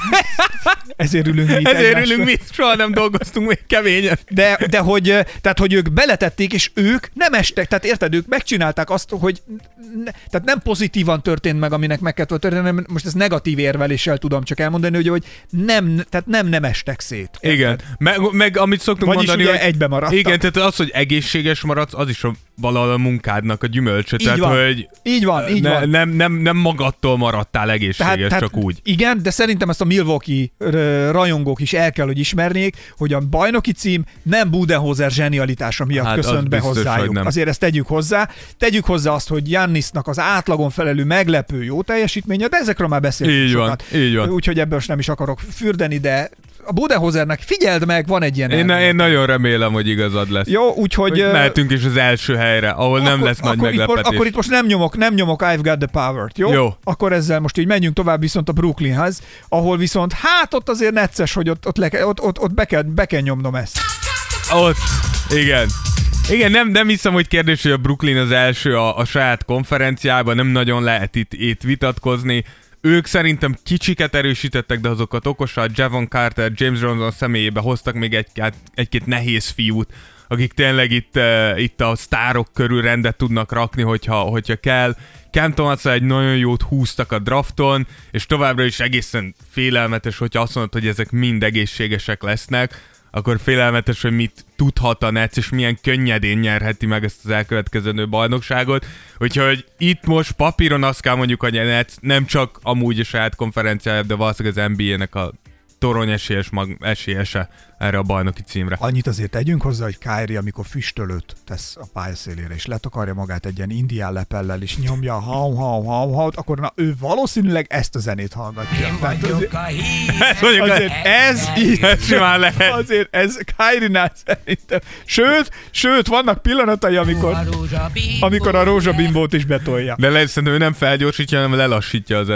Ezért ülünk mi. Ezért ülünk mi, soha nem dolgoztunk még keményen. De, de hogy, tehát, hogy ők beletették, és ők nem estek, tehát érted, ők megcsinálták azt, hogy ne, tehát nem pozitívan történt meg, aminek meg kellett történni, hanem most ezt negatív érveléssel tudom csak elmondani, hogy, hogy nem, tehát nem, nem estek szét. Érted? Igen, meg, meg amit szoktunk vagyis mondani, ugye hogy egybe maradtak. Igen, tehát az, hogy egészséges maradsz, az is a, valahol a munkádnak a gyümölcse. Így tehát, van, hogy így van, így ne, van. Nem, nem, nem magadtól maradtál egészséges, tehát, csak tehát, úgy. Igen, de szerintem ezt a Milwaukee rajongók is el kell, hogy ismernék, hogy a bajnoki cím nem Budenholzer zsenialitása miatt hát köszönt be biztos, hozzájuk. Azért ezt tegyük hozzá. Tegyük hozzá azt, hogy Giannisnak az átlagon felelő meglepő jó teljesítménye, de ezekről már beszéltünk így sokat. Van, így van. Úgyhogy ebből nem is akarok fürdeni, de a Budenholzernek figyeld meg, van egy ilyen én, én nagyon remélem, hogy igazad lesz. Jó, úgyhogy... Hogy mehetünk is az első helyre, ahol akkor, nem lesz nagy akkor meglepetés. Itt most, akkor itt most nem nyomok, nem nyomok I've got the power-t, jó? Jó. Akkor ezzel most így menjünk tovább viszont a Brooklynhez, ahol viszont hát ott azért necces, hogy ott, ott, le, ott, ott, ott be, kell, be kell nyomnom ezt. Ott, igen. Igen, nem, nem hiszem, hogy kérdés, hogy a Brooklyn az első a, a saját konferenciában, nem nagyon lehet itt, itt vitatkozni. Ők szerintem kicsiket erősítettek, de azokat okosan, Javon Carter, James Johnson személyébe hoztak még egy-két, egy-két nehéz fiút, akik tényleg itt, uh, itt a sztárok körül rendet tudnak rakni, hogyha, hogyha kell. Cam Thomas egy nagyon jót húztak a drafton, és továbbra is egészen félelmetes, hogyha azt mondod, hogy ezek mind egészségesek lesznek, akkor félelmetes, hogy mit tudhat a Nets, és milyen könnyedén nyerheti meg ezt az elkövetkező bajnokságot. Úgyhogy itt most papíron azt kell mondjuk, hogy a Nets nem csak amúgy a saját konferenciája, de valószínűleg az en bé á-nek a torony esélyes mag, esélyese erre a bajnoki címre. Annyit azért tegyünk hozzá, hogy Kyrie, amikor füstölőt tesz a pályaszélére, és letakarja magát egy ilyen indián lepellel, és nyomja a hau hau hau hau akkor na, ő valószínűleg ezt a zenét hallgatja. Én vagyok a ez mondjuk azért ez így, ez simán lehet. Azért ez Kyrie-nál szerintem. Sőt, sőt, vannak pillanatai, amikor, amikor a rózsabimbót is betolja. De lehet, szerintem ő nem felgyorsítja, hanem lelassítja a zenét.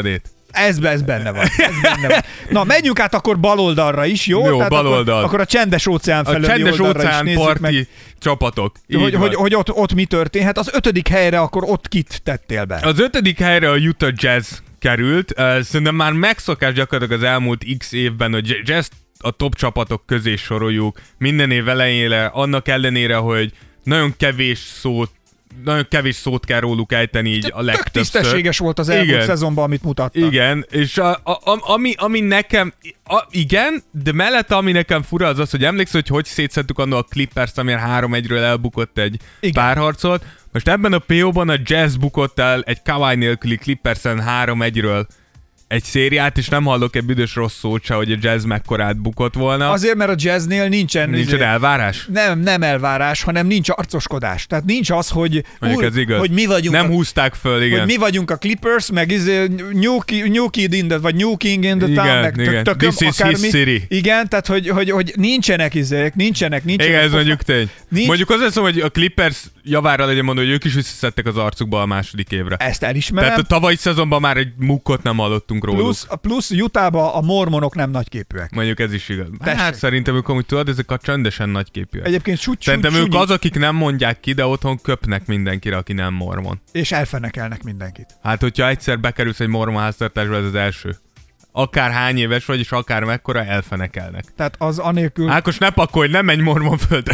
Ez, ez benne van. Ez benne van. Na, menjünk át akkor bal oldalra is, jó? Jó, Tehát bal akkor, oldal. akkor a csendes óceán A felőli csendes oldalra óceán is nézzük parti meg, csapatok. hogy, Így hogy, van. hogy ott, ott mi történhet. Az ötödik helyre akkor ott kit tettél be? Az ötödik helyre a Utah Jazz került. Uh, szerintem már megszokás gyakorlatilag az elmúlt x évben, hogy Jazz a top csapatok közé soroljuk minden év elejére, annak ellenére, hogy nagyon kevés szót nagyon kevés szót kell róluk ejteni így a Tök legtöbbször. tisztességes volt az elmúlt Igen. szezonban, amit mutattak. Igen, és a, a, a, ami, ami nekem, a, igen, de mellette ami nekem fura az az, hogy emlékszel, hogy hogy szétszettük annól a Clippers, amiért három egyről elbukott egy Igen. párharcot. Most ebben a pé ó-ban a Jazz bukott el egy Kawhi nélküli Clippersen három egyről egy szériát, és nem hallok egy büdös rossz szót se, hogy a Jazz mekkorát bukott volna. Azért, mert a Jazznél nincsen... Nincsen elvárás? Nem, nem elvárás, hanem nincs arcoskodás. Tehát nincs az, hogy, Mondjuk úr, ez igaz. hogy mi vagyunk Nem a, húzták föl, igen. hogy mi vagyunk a Clippers, meg izé, new, ki, new kid in the, vagy new king in the Igen, town, meg igen. tök- tököm, This is akármi. his city. Igen, tehát hogy, hogy, hogy nincsenek izék, nincsenek, nincsenek. Igen, ez pofa- mondjuk tény. Nincs- Mondjuk az lesz, hogy a Clippers javára legyen mondva, hogy ők is visszaszedtek az arcukba a második évre. Ezt elismerem. Tehát a tavalyi szezonban már egy mukkot nem hallottunk róluk. Plusz, plusz Utahba a mormonok nem nagyképűek. Mondjuk ez is igaz. Tessék. Hát szerintem ők amúgy tudod, ezek a csöndesen nagyképűek. Egyébként súgy, Szerintem súgy, ők súnyi, az, akik nem mondják ki, de otthon köpnek mindenkire, aki nem mormon. és elfenekelnek mindenkit. Hát, hogyha egyszer bekerülsz egy mormon háztartásba, ez az első. Akár hány éves vagy, és akár mekkora, elfenekelnek. Tehát az anélkül, Ákos, ne pakolj, nem menj mormon földre.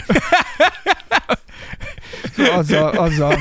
azzal, azzal.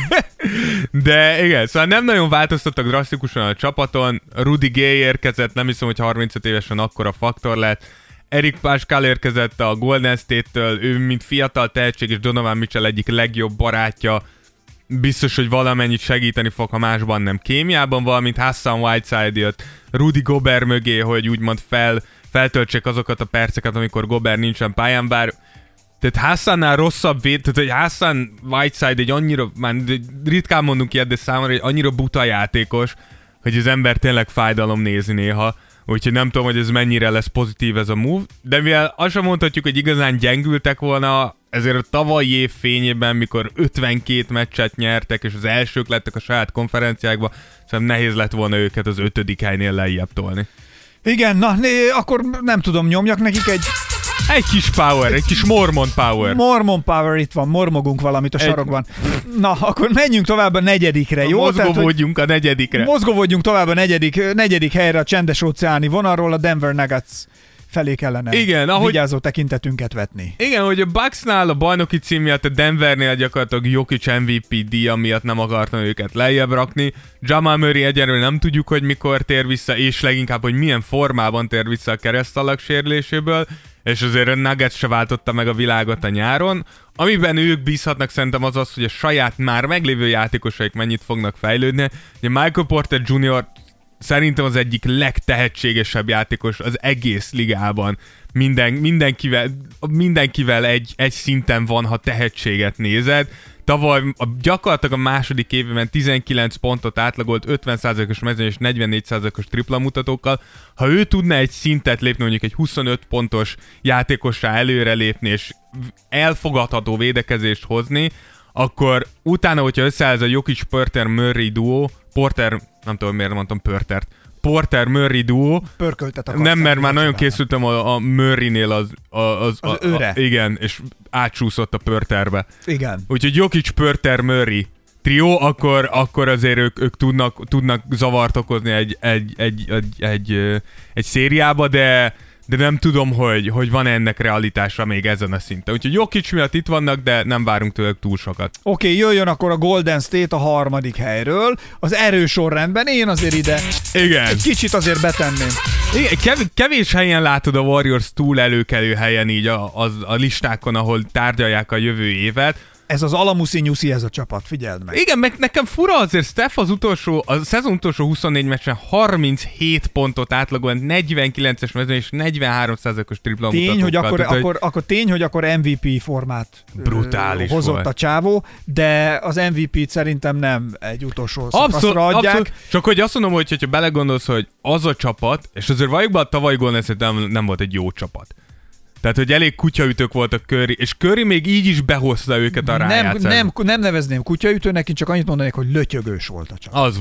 De igen, szóval nem nagyon változtattak drasztikusan a csapaton. Rudy Gay érkezett, nem hiszem, hogy harmincöt évesen akkora faktor lett. Eric Pascal érkezett a Golden State-től, ő mint fiatal tehetség és Donovan Mitchell egyik legjobb barátja. Biztos, hogy valamennyit segíteni fog, ha másban nem kémiában, valamint Hassan Whiteside jött Rudy Gobert mögé, hogy úgymond fel, feltöltsék azokat a perceket, amikor Gobert nincsen pályán, bár tehát Hassannál rosszabb véd, tehát hogy Hassan Whiteside egy annyira, már ritkán mondunk ilyet, de számomra egy annyira buta játékos, hogy az ember tényleg fájdalom nézni néha. Úgyhogy nem tudom, hogy ez mennyire lesz pozitív ez a move, de mivel azt sem mondhatjuk, hogy igazán gyengültek volna, ezért a tavalyi év fényében, mikor ötvenkét meccset nyertek, és az elsők lettek a saját konferenciákba, szerintem nehéz lett volna őket az ötödik helynél lejjebb tolni. Igen, na, né, akkor nem tudom, nyomjak nekik egy Egy kis power, egy kis mormon power. Mormon Power, itt van, mormogunk valamit a Egy- sarokban. Na, akkor menjünk tovább a negyedikre, jó? Tehát, hogy Mozgóvodjunk a negyedikre. mozgóvodjunk tovább a negyedik, negyedik helyre a csendes óceáni vonalról, a Denver Nuggets felé kellene Igen, ahogy- vigyázó tekintetünket vetni. Igen, hogy a Bucksnál a bajnoki cím miatt, a Denvernél gyakorlatilag Jokic em vé pé díja miatt nem akartam őket lejjebb rakni. Jamal Murray egyelőre nem tudjuk, hogy mikor tér vissza, és leginkább, hogy milyen formában tér vissza a keresztalak sérüléséből, és azért a Nuggets se váltotta meg a világot a nyáron. Amiben ők bízhatnak szerintem az az, hogy a saját már meglévő játékosaik mennyit fognak fejlődni. Ugye Michael Porter junior szerintem az egyik legtehetségesebb játékos az egész ligában. Minden, mindenkivel, mindenkivel egy, egy szinten van, ha tehetséget nézed. Tavaly a, gyakorlatilag a második évben tizenkilenc pontot átlagolt ötven százalékos mezőny és negyvennégy százalékos tripla mutatókkal. Ha ő tudna egy szintet lépni, mondjuk egy huszonöt pontos játékossá előrelépni és elfogadható védekezést hozni, akkor utána, hogyha összeáll ez a Jokic-Porter-Murray duó, Porter, nem tudom miért mondtam Portert, Porter-Murray duó, Pörköltet akarsz. nem, mert már nagyon csinálni. készültem a, a Murray-nél az, a, az, Az a, őre. A, igen, és átsúszott a Porterbe. Igen. Úgyhogy Jokic, Porter, Murray trió, akkor, akkor azért ők, ők tudnak, tudnak zavart okozni egy, egy, egy, egy, egy, egy, egy szériába, de, de nem tudom, hogy, hogy van ennek realitása még ezen a szinten. Úgyhogy Jokic miatt itt vannak, de nem várunk tőlük túl sokat. Oké, okay, jöjjön akkor a Golden State a harmadik helyről. Az erős sorrendben én azért ide Igen. egy kicsit azért betenném. Igen, kev- kevés helyen látod a Warriors túl előkelő helyen így a, az, a listákon, ahol tárgyalják a jövő évet. Ez az Alamuszi nyuszi ez a csapat, figyeld meg. Igen, meg nekem fura azért Steph az utolsó, a szezon utolsó huszonnégy meccsen harminchét pontot átlagolt, negyvenkilences mezőny és negyvenhárom százalékos tripla Tény, hogy mutatókkal. akkor, Tehát, akkor, akkor tény, hogy akkor em vé pé formát ö, Brutális hozott volt. a csávó, de az em vé pét szerintem nem egy utolsó szakaszra Abszolút, adják. abszolút. Csak hogy azt mondom, hogy hogyha belegondolsz, hogy az a csapat, és azért valljuk be, a tavalyi Golden State nem, nem volt egy jó csapat. Tehát, hogy elég kutyaütők voltak Curry, és Curry még így is behozta őket a nem, rájátszásba. nem, nem nevezném kutyaütőnek, én csak annyit mondanék, hogy lötyögős volt a csapat. Az volt.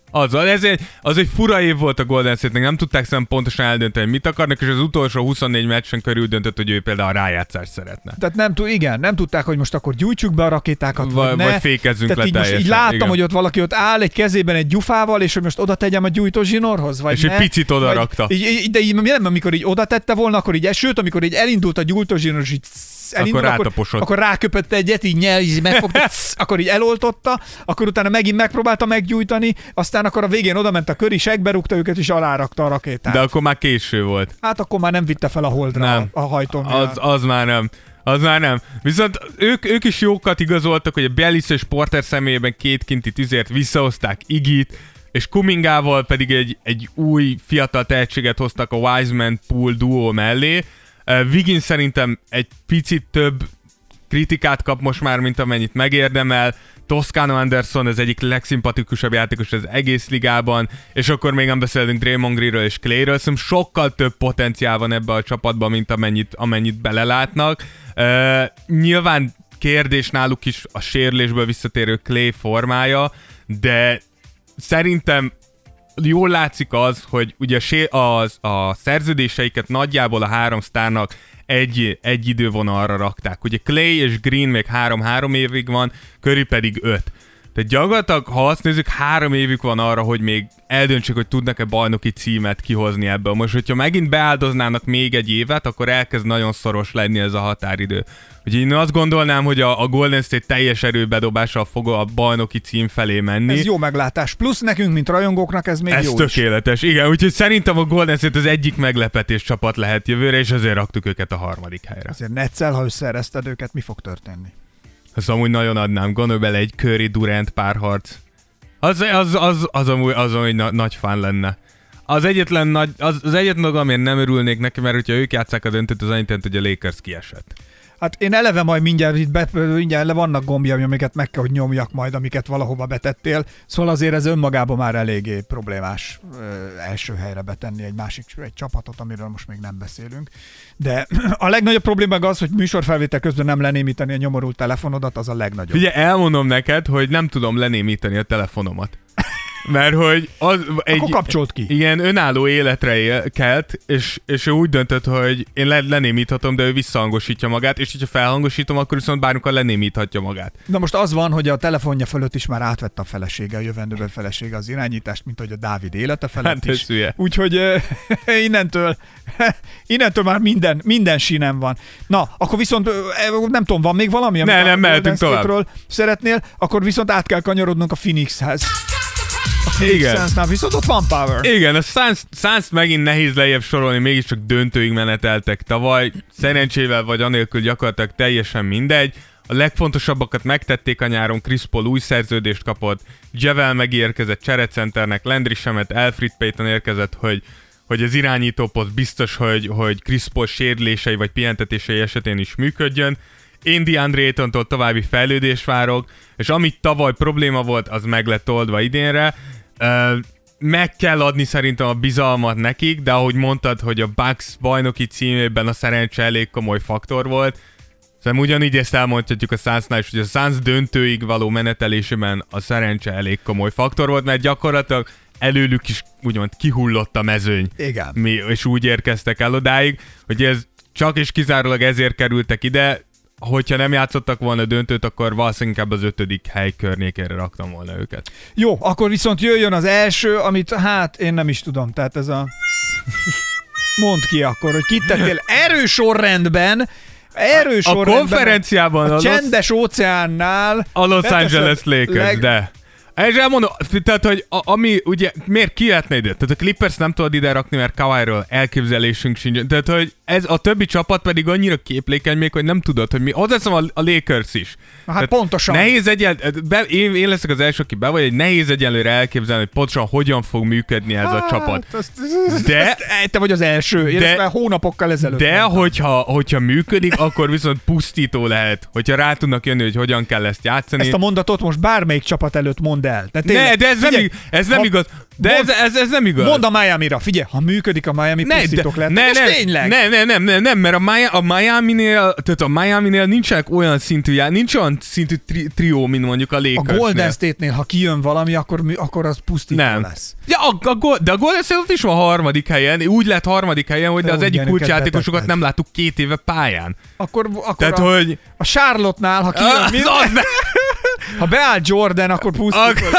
Az, ez egy, az egy fura év volt a Golden State-nek, nem tudták szerintem pontosan eldönteni, mit akarnak, és az utolsó huszonnégy meccsen körül döntött, hogy ő például a rájátszást szeretne. Tehát nem tud, igen, nem tudták, hogy most akkor gyújtsuk be a rakétákat, vagy, vagy ne. Vagy fékezzünk Tehát le így most teljesen. így láttam, igen. hogy ott valaki ott áll egy kezében egy gyufával, és hogy most oda tegyem a gyújtó zsinórhoz, vagy és ne. egy picit oda vagy, rakta. Így, így, de így nem, amikor így oda tette volna, akkor így esőt, amikor így elindult a gyújtó zsinór, így elindul, akkor akkor, rátaposott. akkor ráköpött egyet, így nyel, így megfogta, akkor így eloltotta, akkor utána megint megpróbálta meggyújtani, aztán akkor a végén oda ment a kör is, egberúgta őket, és alárakta a rakétát. De akkor már késő volt. Hát akkor már nem vitte fel a holdra Nem. a, a hajtóművel. Az, az már nem. Az már nem. Viszont ők, ők is jókat igazoltak, hogy a Bellis és Porter személyében két kinti tüzért visszahozták Iggyt, és Kumingával pedig egy, egy új fiatal tehetséget hoztak a Wiseman-Poole duó mellé. Uh, Wiggins szerintem egy picit több kritikát kap most már, mint amennyit megérdemel. Toscano Anderson az egyik legszimpatikusabb játékos az egész ligában, és akkor még nem beszélünk Draymond Greenről és Clayről, szóval sokkal több potenciál van ebbe a csapatban, mint amennyit, amennyit belelátnak. Uh, nyilván kérdés náluk is a sérülésből visszatérő Clay formája, de szerintem jól látszik az, hogy ugye az, a szerződéseiket nagyjából a három sztárnak egy, egy idővonalra rakták. Ugye Clay és Green még három-három évig van, Curry pedig öt. Tehát gyakorlatilag, ha azt nézzük, három évük van arra, hogy még eldöntsék, hogy tudnak-e bajnoki címet kihozni ebből. Most, hogyha megint beáldoznának még egy évet, akkor elkezd nagyon szoros lenni ez a határidő. Úgyhogy én azt gondolnám, hogy a, a Golden State teljes erőbedobással fog a bajnoki cím felé menni. Ez jó meglátás. Plusz nekünk, mint rajongóknak, ez még ez jó tökéletes. is. Igen, úgyhogy szerintem a Golden State az egyik meglepetés csapat lehet jövőre, és azért raktuk őket a harmadik helyre. Azért Netszel, ha összeereszted őket, mi fog történni? Azt amúgy nagyon adnám. Gondolj bele, egy Curry Durant párharc. Az, az, az, az amúgy, az amúgy na, nagy fán lenne. Az egyetlen, nagy, az, az egyetlen dolog, amiért nem örülnék neki, mert hogyha ők játsszák a döntőt, az annyit jelent, hogy a Lakers kiesett. Hát én eleve majd mindjárt, itt be, mindjárt le vannak gombjaim, amiket meg kell, hogy nyomjak majd, amiket valahova betettél. Szóval azért ez önmagában már eléggé problémás ö, első helyre betenni egy másik egy csapatot, amiről most még nem beszélünk. De a legnagyobb probléma az, hogy műsorfelvétel közben nem lenémíteni a nyomorult telefonodat, az a legnagyobb. Ugye elmondom neked, hogy nem tudom lenémítani a telefonomat. Mert hogy az egy, Akkor kapcsolt ki. Igen, önálló életre él, kelt, és, és ő úgy döntött, hogy én le, lenémíthatom, de ő visszahangosítja magát, és hogyha felhangosítom, akkor viszont bármikor lenémíthatja magát. Na most az van, hogy a telefonja fölött is már átvette a felesége, a jövendőben felesége az irányítást, mint hogy a Dávid élete felett Hát is. ez hülye. Úgyhogy uh, innentől, innentől már minden, minden sínen van. Na, akkor viszont uh, nem tudom, van még valami, amit ne, nem, a mehetünk Golden tovább. State-ről szeretnél, akkor viszont át kell kanyarodnunk a Phoenixhez. A Phoenix Igen. Sunsnál viszont ott van power. Igen, a Suns, Suns megint nehéz lejjebb sorolni, mégiscsak döntőig meneteltek tavaly, szerencsével vagy anélkül gyakorlatilag teljesen mindegy. A legfontosabbakat megtették a nyáron, Chris Paul új szerződést kapott, Javel megérkezett cserecenternek, Landry Shamet, Elfrid Payton érkezett, hogy, hogy az irányítóposzt biztos, hogy, hogy Chris Paul sérülései vagy pihentetései esetén is működjön. Én DeAndre Aytontól további fejlődést várok, és amit tavaly probléma volt, az meg lett oldva idénre. Uh, meg kell adni szerintem a bizalmat nekik, de ahogy mondtad, hogy a Bucks bajnoki címében a szerencse elég komoly faktor volt, szóval ugyanígy ezt elmondhatjuk a Sunsnál is, hogy a Suns döntőig való menetelésében a szerencse elég komoly faktor volt, mert gyakorlatilag előlük is úgymond kihullott a mezőny. Igen. Mi, és úgy érkeztek el odáig, hogy ez csak és kizárólag ezért kerültek ide. Hogyha nem játszottak volna döntőt, akkor valószínűleg inkább az ötödik hely környékére raktam volna őket. Jó, akkor viszont jöjjön az első, amit hát én nem is tudom, tehát ez a... Mondd ki akkor, hogy kit tettél erős sorrendben, erős A sorrendben, konferenciában a, a a Los- csendes óceánnál A Los beteszed Angeles Lakers, leg- de... És elmondom, tehát, hogy a, ami ugye, miért ki lehetne ide? Tehát a Clippers nem tudod ide rakni, mert Kawhi-ról elképzelésünk sincs. Tehát, hogy ez a többi csapat pedig annyira képlékeny még, hogy nem tudod, hogy mi. Hozzáteszem a, a Lakers is. Na, hát pontosan. Nehéz egyen, be, én, én leszek az első, aki be vagy, egy nehéz egyenlőre elképzelni, hogy pontosan hogyan fog működni ez a csapat. Azt, De- azt, te vagy az első, én de- ezt már hónapokkal ezelőtt De mondtam. hogyha, hogyha működik, akkor viszont pusztító lehet, hogyha rá tudnak jönni, hogy hogyan kell ezt játszani. Ezt a mondatot most bármelyik csapat előtt mondd el. De, ne, de ez nem, figyelj, igaz, ez nem ha, igaz. De mond, ez, ez, ez nem igaz. Mondd a Miami-ra, figyelj, ha működik a Miami, ne, pusztítok de, lehet. ne, Most ne, tényleg. Ne, ne, nem, nem, nem, mert a, Miami, a Miami-nél, tehát a Miami-nél nincsenek olyan szintű, já, nincs olyan szintű tri, trió, mint mondjuk a A Lakersnél. Golden State-nél, ha kijön valami, akkor, akkor az pusztító nem. lesz. Ja, a, a, de a Golden State ott is van harmadik helyen, úgy lett harmadik helyen, hogy de Jó, az egyik ilyeneket kulcsjátékosokat betetted. nem láttuk két éve pályán. Akkor, akkor Tehát, a, hogy... a Charlotte-nál, ha kijön Az, minden, az, ne, ha beáll Jordan, akkor pusztító.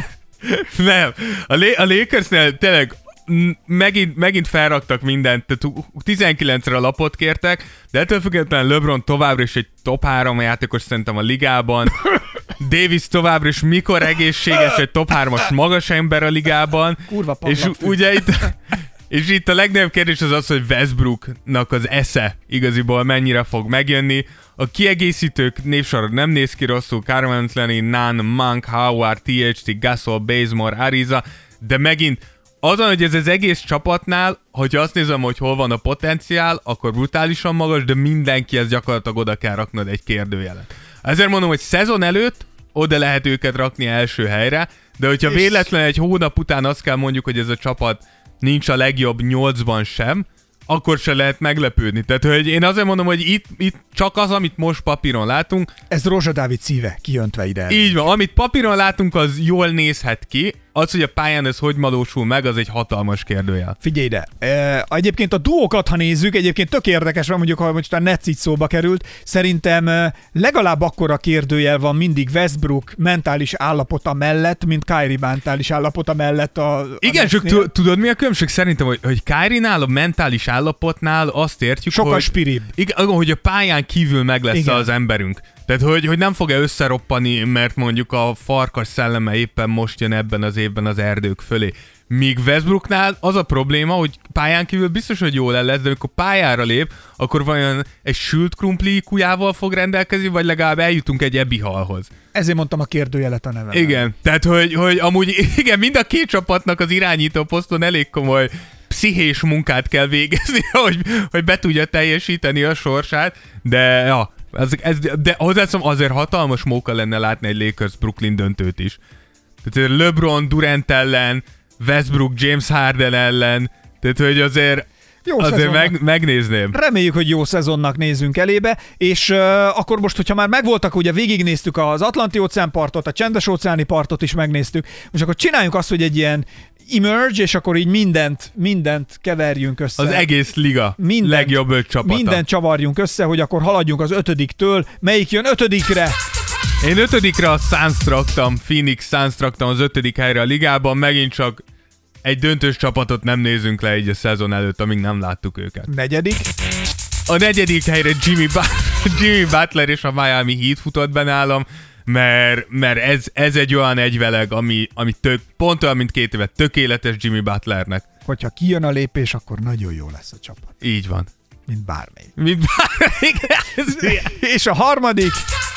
nem. A, Lé- a Lakersnél tényleg m- megint, megint felraktak mindent, tehát tizenkilencre a lapot kértek, de ettől függetlenül LeBron továbbra is egy top három játékos szerintem a ligában. Davis továbbra is mikor egészséges, egy top hármas magas ember a ligában. Kurva És pallapfű. ugye itt... És itt a legnagyobb kérdés az az, hogy Westbrooknak az esze igaziból mennyire fog megjönni. A kiegészítők névsorod nem néz ki rosszul, Carmelo Anthony, Nunn, Monk, Howard, té há té, Gasol, Bazemore, Ariza, de megint azon, hogy ez az egész csapatnál, hogyha azt nézem, hogy hol van a potenciál, akkor brutálisan magas, de mindenkihez gyakorlatilag oda kell raknod egy kérdőjelet. Ezért mondom, hogy szezon előtt oda lehet őket rakni első helyre, de hogyha És... véletlenül egy hónap után azt kell mondjuk, hogy ez a csapat nincs a legjobb nyolcban sem, akkor se lehet meglepődni. Tehát, hogy én azért mondom, hogy itt, itt csak az, amit most papíron látunk. Ez Rózsa Dávid szíve kijöntve ide. Így van, amit papíron látunk, az jól nézhet ki. Az, hogy a pályán ez hogy valósul meg, az egy hatalmas kérdőjel. Figyelj ide, e, egyébként a duókat, ha nézzük, egyébként tök érdekes, mert mondjuk, ha most a Nets így szóba került, szerintem e, legalább akkora kérdőjel van mindig Westbrook mentális állapota mellett, mint Kyrie mentális állapota mellett a, a Igen, csak Netsnél. tu- tudod mi a különbség? Szerintem, hogy, hogy Kyrie-nál a mentális állapotnál azt értjük, Sokkal hogy, spiribb. igen, hogy a pályán kívül meg lesz Igen. az emberünk. Tehát, hogy, hogy nem fog-e összeroppani, mert mondjuk a farkas szelleme éppen most jön ebben az évben az erdők fölé. Míg Westbrooknál az a probléma, hogy pályán kívül biztos, hogy jól el lesz, de amikor pályára lép, akkor vajon egy sült krumpli kujával fog rendelkezni, vagy legalább eljutunk egy ebihalhoz. Ezért mondtam a kérdőjelet a nevem. Igen, tehát, hogy, hogy amúgy igen, mind a két csapatnak az irányító poszton elég komoly pszichés munkát kell végezni, hogy, hogy be tudja teljesíteni a sorsát, de ja, ez, ez, de hozzáteszem, azért hatalmas móka lenne látni egy Lakers-Brooklyn döntőt is. Tehát LeBron Durant ellen, Westbrook James Harden ellen, tehát hogy azért, Jó azért meg, megnézném. Reméljük, hogy jó szezonnak nézünk elébe, és uh, akkor most, hogyha már megvoltak, ugye végignéztük az Atlanti-óceán partot, a Csendes-óceáni partot is megnéztük, most akkor csináljunk azt, hogy egy ilyen emerge, és akkor így mindent, mindent keverjünk össze. Az egész liga Mindent, legjobb öt csapata. Mindent csavarjunk össze, hogy akkor haladjunk az ötödiktől. Melyik jön ötödikre? Én ötödikre a Suns raktam, Phoenix Suns raktam az ötödik helyre a ligában, megint csak egy döntős csapatot nem nézünk le így a szezon előtt, amíg nem láttuk őket. Negyedik. A negyedik helyre Jimmy, Ba- Jimmy Butler és a Miami Heat futott be nálam, mert, mert ez, ez egy olyan egyveleg, ami, ami tök, pont olyan, mint két éve tökéletes Jimmy Butlernek. Hogyha kijön a lépés, akkor nagyon jó lesz a csapat. Így van. Mint bármelyik. Mint bármelyik. És a harmadik?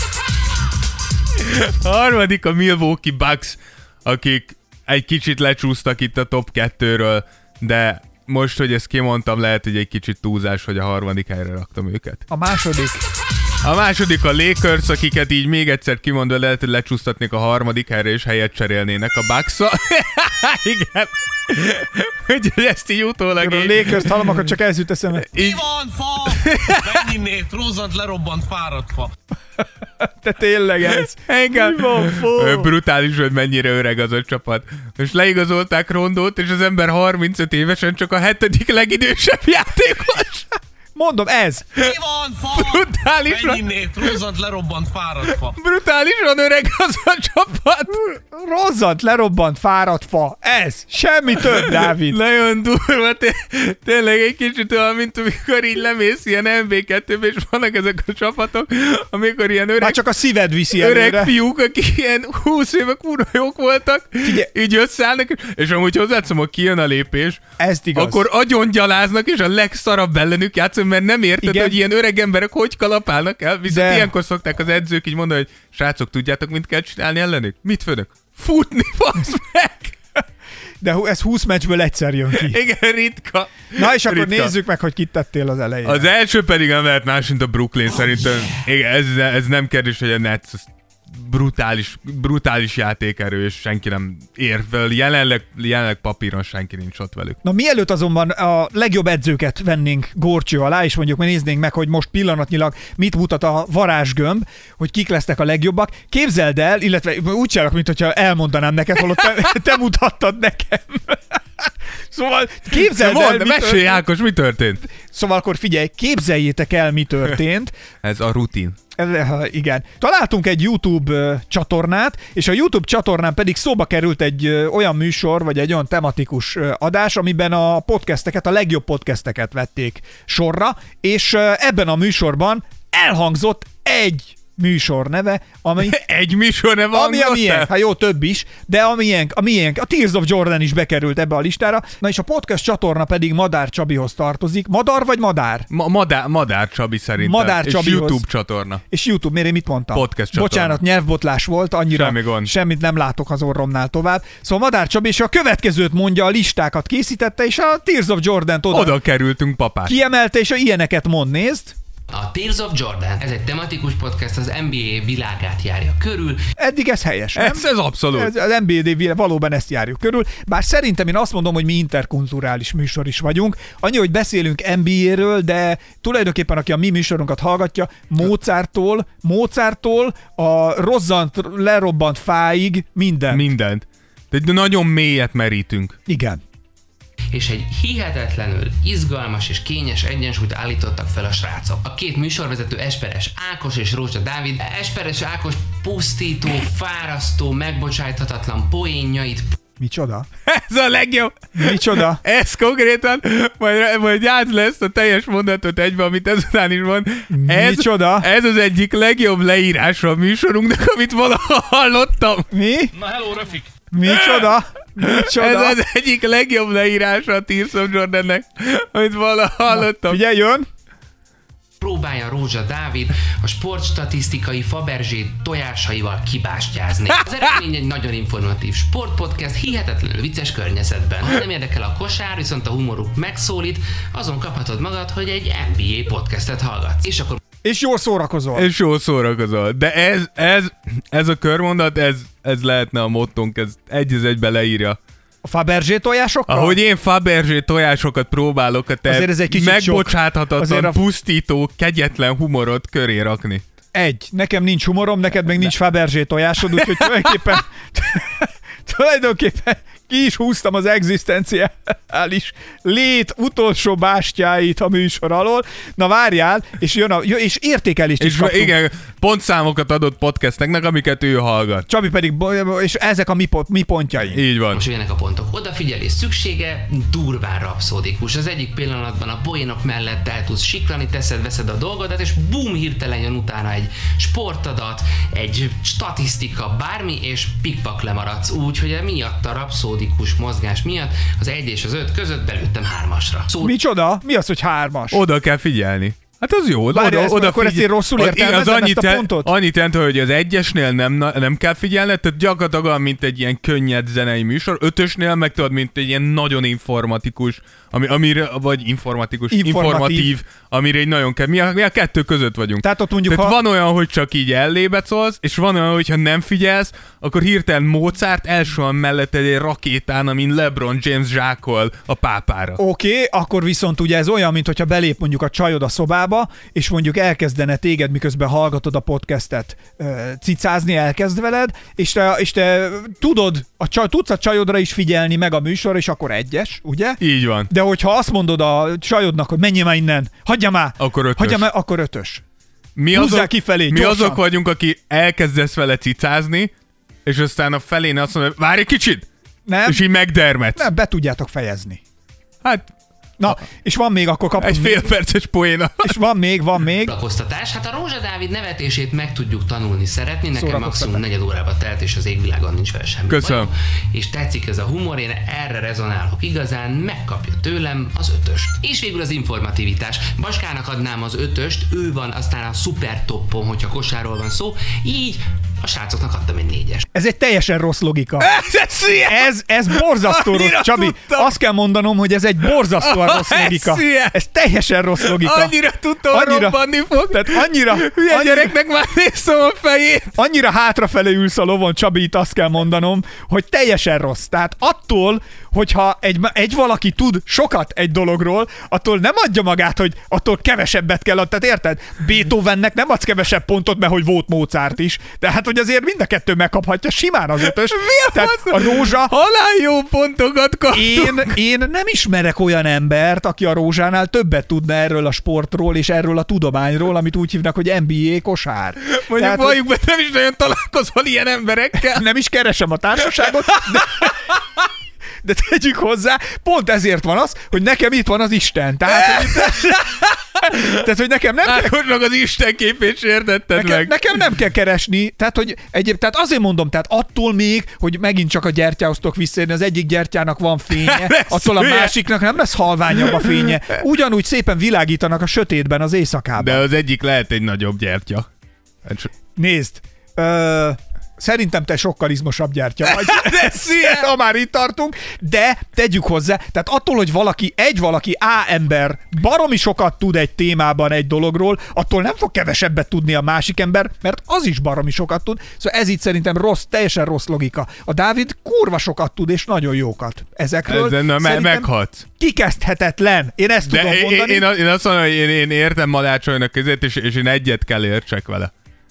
A harmadik a Milwaukee Bucks, akik egy kicsit lecsúsztak itt a top kettőről, de most, hogy ezt kimondtam, lehet, hogy egy kicsit túlzás, hogy a harmadik helyre raktam őket. A második? A második a Lakers, akiket így még egyszer kimondva lehet, hogy lecsúsztatnék a harmadik helyre, és helyet cserélnének a Bucks-szal. Igen. Úgyhogy ezt így utólag A így... Lakers-t hallom, akkor csak ez jut eszembe. Mi van, fa? Mennyinél rozzant, lerobbant, fáradt fa. Te tényleg ez. Engem. Mi van, fó? Brutális, hogy mennyire öreg az a csapat. Most leigazolták Rondót, és az ember harmincöt évesen csak a hetedik legidősebb játékos. Mondom, ez. Mi van, fa? Brutálisan. Mennyinél rozzant, lerobbant, fáradt fa. Brutálisan öreg az a csapat. Rozzant, lerobbant, fáradt fa. Ez. Semmi több, Dávid. Nagyon durva, té- tényleg egy kicsit olyan, mint amikor így lemész ilyen en bé kettőbe, és vannak ezek a csapatok, amikor ilyen öreg, Már csak a szíved viszi öreg előre. fiúk, akik ilyen húsz éve kurva jók voltak, Figyelj. így összeállnak, és amúgy hozzátszom, hogy kijön a lépés, Ezt igaz. akkor agyongyaláznak, és a legszarabb ellenük játszom, mert nem érted, Igen. hogy ilyen öreg emberek hogy kalapálnak el, viszont De- ilyenkor szokták az edzők így mondani, hogy srácok, tudjátok, mit kell csinálni ellenük? Mit főnök? Futni, fasz meg! De hu- ez húsz meccsből egyszer jön ki. Igen, ritka. Na és akkor Ritka. nézzük meg, hogy kit tettél az elején. Az első pedig nem lehet más, mint a Brooklyn, oh, szerintem. Igen, ez, ez nem kérdés, hogy a Nets brutális, brutális játékerő, és senki nem ér fel. Jelenleg, jelenleg papíron senki nincs ott velük. Na mielőtt azonban a legjobb edzőket vennénk górcső alá, és mondjuk néznénk meg, hogy most pillanatnyilag mit mutat a varázsgömb, hogy kik lesznek a legjobbak, képzeld el, illetve úgy csinálok, mintha elmondanám neked, holott te, te mutattad nekem. Szóval képzeld el, mi mesélj, Ákos, mi történt? Szóval akkor figyelj, képzeljétek el, mi történt. Ez a rutin. Igen. Találtunk egy YouTube csatornát, és a YouTube csatornán pedig szóba került egy olyan műsor, vagy egy olyan tematikus adás, amiben a podcasteket, a legjobb podcasteket vették sorra, és ebben a műsorban elhangzott egy műsor neve, ami... Egy műsor neve ami a miénk, hát jó, több is, de a miénk, a miénk, a Tears of Jordan is bekerült ebbe a listára, na és a podcast csatorna pedig Madár Csabihoz tartozik. Madar vagy Madár? Ma- Madár, Madár Csabi szerintem. Madár és Csabihoz. YouTube csatorna. És YouTube, miért én mit mondtam? Podcast csatorna. Bocsánat, nyelvbotlás volt, annyira Semmi gond. Semmit nem látok az orromnál tovább. Szóval Madár Csabi és a következőt mondja, a listákat készítette, és a Tears of Jordan-t oda, Oda kerültünk, papát. kiemelte, és a ilyeneket mond, nézd. A Tears of Jordan, ez egy tematikus podcast, az en bé á világát járja körül. Eddig ez helyes, nem? Ez, ez abszolút. Ez, az en bé á valóban ezt járjuk körül, bár szerintem én azt mondom, hogy mi interkulturális műsor is vagyunk. Annyi, hogy beszélünk en bé á-ről, de tulajdonképpen aki a mi műsorunkat hallgatja, Mozarttól, Mozarttól a rozzant, lerobbant fáig minden. Mindent. De nagyon mélyet merítünk. Igen. És egy hihetetlenül izgalmas és kényes egyensúlyt állítottak fel a srácok. A két műsorvezető Esperes Ákos és Rózsa Dávid. Esperes Ákos pusztító, fárasztó, megbocsájthatatlan poénjait. Micsoda? Ez a legjobb. Micsoda? Ez konkrétan, majd, majd át lesz a teljes mondatot egybe, amit ezután is van. Ez, Micsoda? Ez az egyik legjobb leírása a műsorunknak, amit valaha hallottam. Mi? Na hello, Rafik! Micsoda? Micsoda? Ez az egyik legjobb leírása a Tears of Jordannek, amit valaha hallottam. Na, figyelj, jön! Próbálja Rózsa Dávid a sportstatisztikai Fabergé tojásaival kibástyázni. Az eredmény egy nagyon informatív sportpodcast, hihetetlenül vicces környezetben. Ha nem érdekel a kosár, viszont a humoruk megszólít, azon kaphatod magad, hogy egy en bé á podcastet hallgatsz. És akkor És jól szórakozol. És jól szórakozol. De ez, ez, ez a körmondat, ez, ez lehetne a mottónk, ez egy az egybe leírja. A Fabergé tojásokkal? Ahogy én Fabergé tojásokat próbálok a te Azért ez egy kicsit megbocsáthatatlan, a... pusztító, kegyetlen humorot köré rakni. Egy, nekem nincs humorom, neked meg nincs Fabergé tojásod, úgyhogy tulajdonképpen, tulajdonképpen ki is húztam az egzisztenciális lét utolsó bástyáit a műsor alól. Na várjál, és jön a, és értékelést is És kaptunk. igen, pontszámokat adott podcasteknek, amiket ő hallgat. Csabi pedig, és ezek a mi, mi pontjaink. Így van. most jönnek a pontok. Odafigyelés szüksége, durván rapszódikus. Az egyik pillanatban a poénok mellett el tudsz siklani, teszed, veszed a dolgodat, és bum, hirtelen jön utána egy sportadat, egy statisztika, bármi, és pikpak lemaradsz úgy, hogy miatt a rapszódikus mozgás miatt az egy és az öt között belőttem hármasra. Szó... Micsoda? Mi az, hogy hármas? Oda kell figyelni. Hát az jó. Várj, ezt- akkor ezt én rosszul Az- értelmezem, az annyit ezt a te- pontot? Annyit jelent, hogy az egyesnél nem, nem kell figyelned, tehát gyakorlatilag olyan, mint egy ilyen könnyed zenei műsor. Ötösnél meg tudod, mint egy ilyen nagyon informatikus, ami, amire, vagy informatikus, Informatív. informatív, amire egy nagyon kell. Mi a, mi a kettő között vagyunk. Tehát ott mondjuk, Tehát ha... van olyan, hogy csak így ellébetszolsz, és van olyan, hogy ha nem figyelsz, akkor hirtelen Mozart elsően mellett egy rakétán, amin LeBron James zsákol a pápára. Oké, okay, akkor viszont ugye ez olyan, mint hogyha belép mondjuk a csajod a szobába, és mondjuk elkezdene téged, miközben hallgatod a podcastet ö, cicázni, elkezd veled, és te, és te tudod, a csaj, tudsz a csajodra is figyelni, meg a műsor, és akkor egyes, ugye? Így van. De hogyha azt mondod a csajodnak, hogy menjél már innen, hagyja már, Akkor ötös. hagyja már, akkor ötös. Mi Húzzál azok, kifelé, mi gyorsan. azok vagyunk, aki elkezdesz vele cicázni, és aztán a felén azt mondja, várj egy kicsit, Nem? és így megdermetsz. Nem, be tudjátok fejezni. Hát Na, és van még, akkor kapunk egy még. fél perces poéna. És van még, van még. Szórakoztatás. Hát a Rózsa Dávid nevetését meg tudjuk tanulni, szeretni. Nekem Szórakoztatás. maximum negyed órába telt, és az égvilágon nincs vele semmi Köszönöm. bajom. És tetszik ez a humor, én erre rezonálok igazán, megkapja tőlem az ötöst. És végül az informativitás. Baskának adnám az ötöst, ő van aztán a szuper toppon, hogyha kosárról van szó. Így a srácoknak adtam egy négyes. Ez egy teljesen rossz logika. Ez, Ez, ez borzasztó rossz, Annyira Csabi. tudtam. Azt kell mondanom, hogy ez egy borzasztóan rossz Ez logika. hülye. Ez teljesen rossz logika. Annyira tudtam, Annyira- robbanni fog. Tehát annyira, Hülye annyira, gyereknek már néztem a fejét. annyira hátrafele ülsz a lovon, Csabi, itt azt kell mondanom, hogy teljesen rossz. Tehát attól, hogyha egy, egy valaki tud sokat egy dologról, attól nem adja magát, hogy attól kevesebbet kell adni. Tehát érted? Beethovennek nem adsz kevesebb pontot, mert hogy volt Mozart is. Tehát, hogy azért mind a kettő megkaphatja simán az ötös. Mi a Tehát fasz? a rózsa... Halál jó pontokat kaptunk. Én, én nem ismerek olyan embert, aki a Rózsánál többet tudna erről a sportról és erről a tudományról, amit úgy hívnak, hogy en bé á kosár. Mondjuk Tehát, valljuk be, nem is nagyon találkozol ilyen emberekkel. nem is keresem a társaságot, de, de tegyük hozzá, pont ezért van az, hogy nekem itt van az Isten. Tehát, hogy, tehát, hogy nekem nem kell, Ákosnak az Isten képét sértetted nekem, meg. nekem nem kell keresni, tehát, hogy egyéb, tehát azért mondom, tehát attól még, hogy megint csak a gyertyához tudok visszaérni, az egyik gyertyának van fénye, attól a hülye. másiknak nem lesz halványabb a fénye. Ugyanúgy szépen világítanak a sötétben az éjszakában. De az egyik lehet egy nagyobb gyertya. Hát so- Nézd, ö, szerintem te sokkal izmosabb gyertya vagy. De szia! Ha már itt tartunk, de tegyük hozzá, tehát attól, hogy valaki, egy valaki A ember baromi sokat tud egy témában egy dologról, attól nem fog kevesebbet tudni a másik ember, mert az is baromi sokat tud. Szóval ez itt szerintem rossz, teljesen rossz logika. A Dávid kurva sokat tud, és nagyon jókat ezekről. Ezen na, me- Szerintem meghatsz. Kikezdhetetlen. Én ezt De tudom én, mondani. én, én azt mondom, hogy én, én értem Malácsolynak között, és, és én egyet kell értsek vele.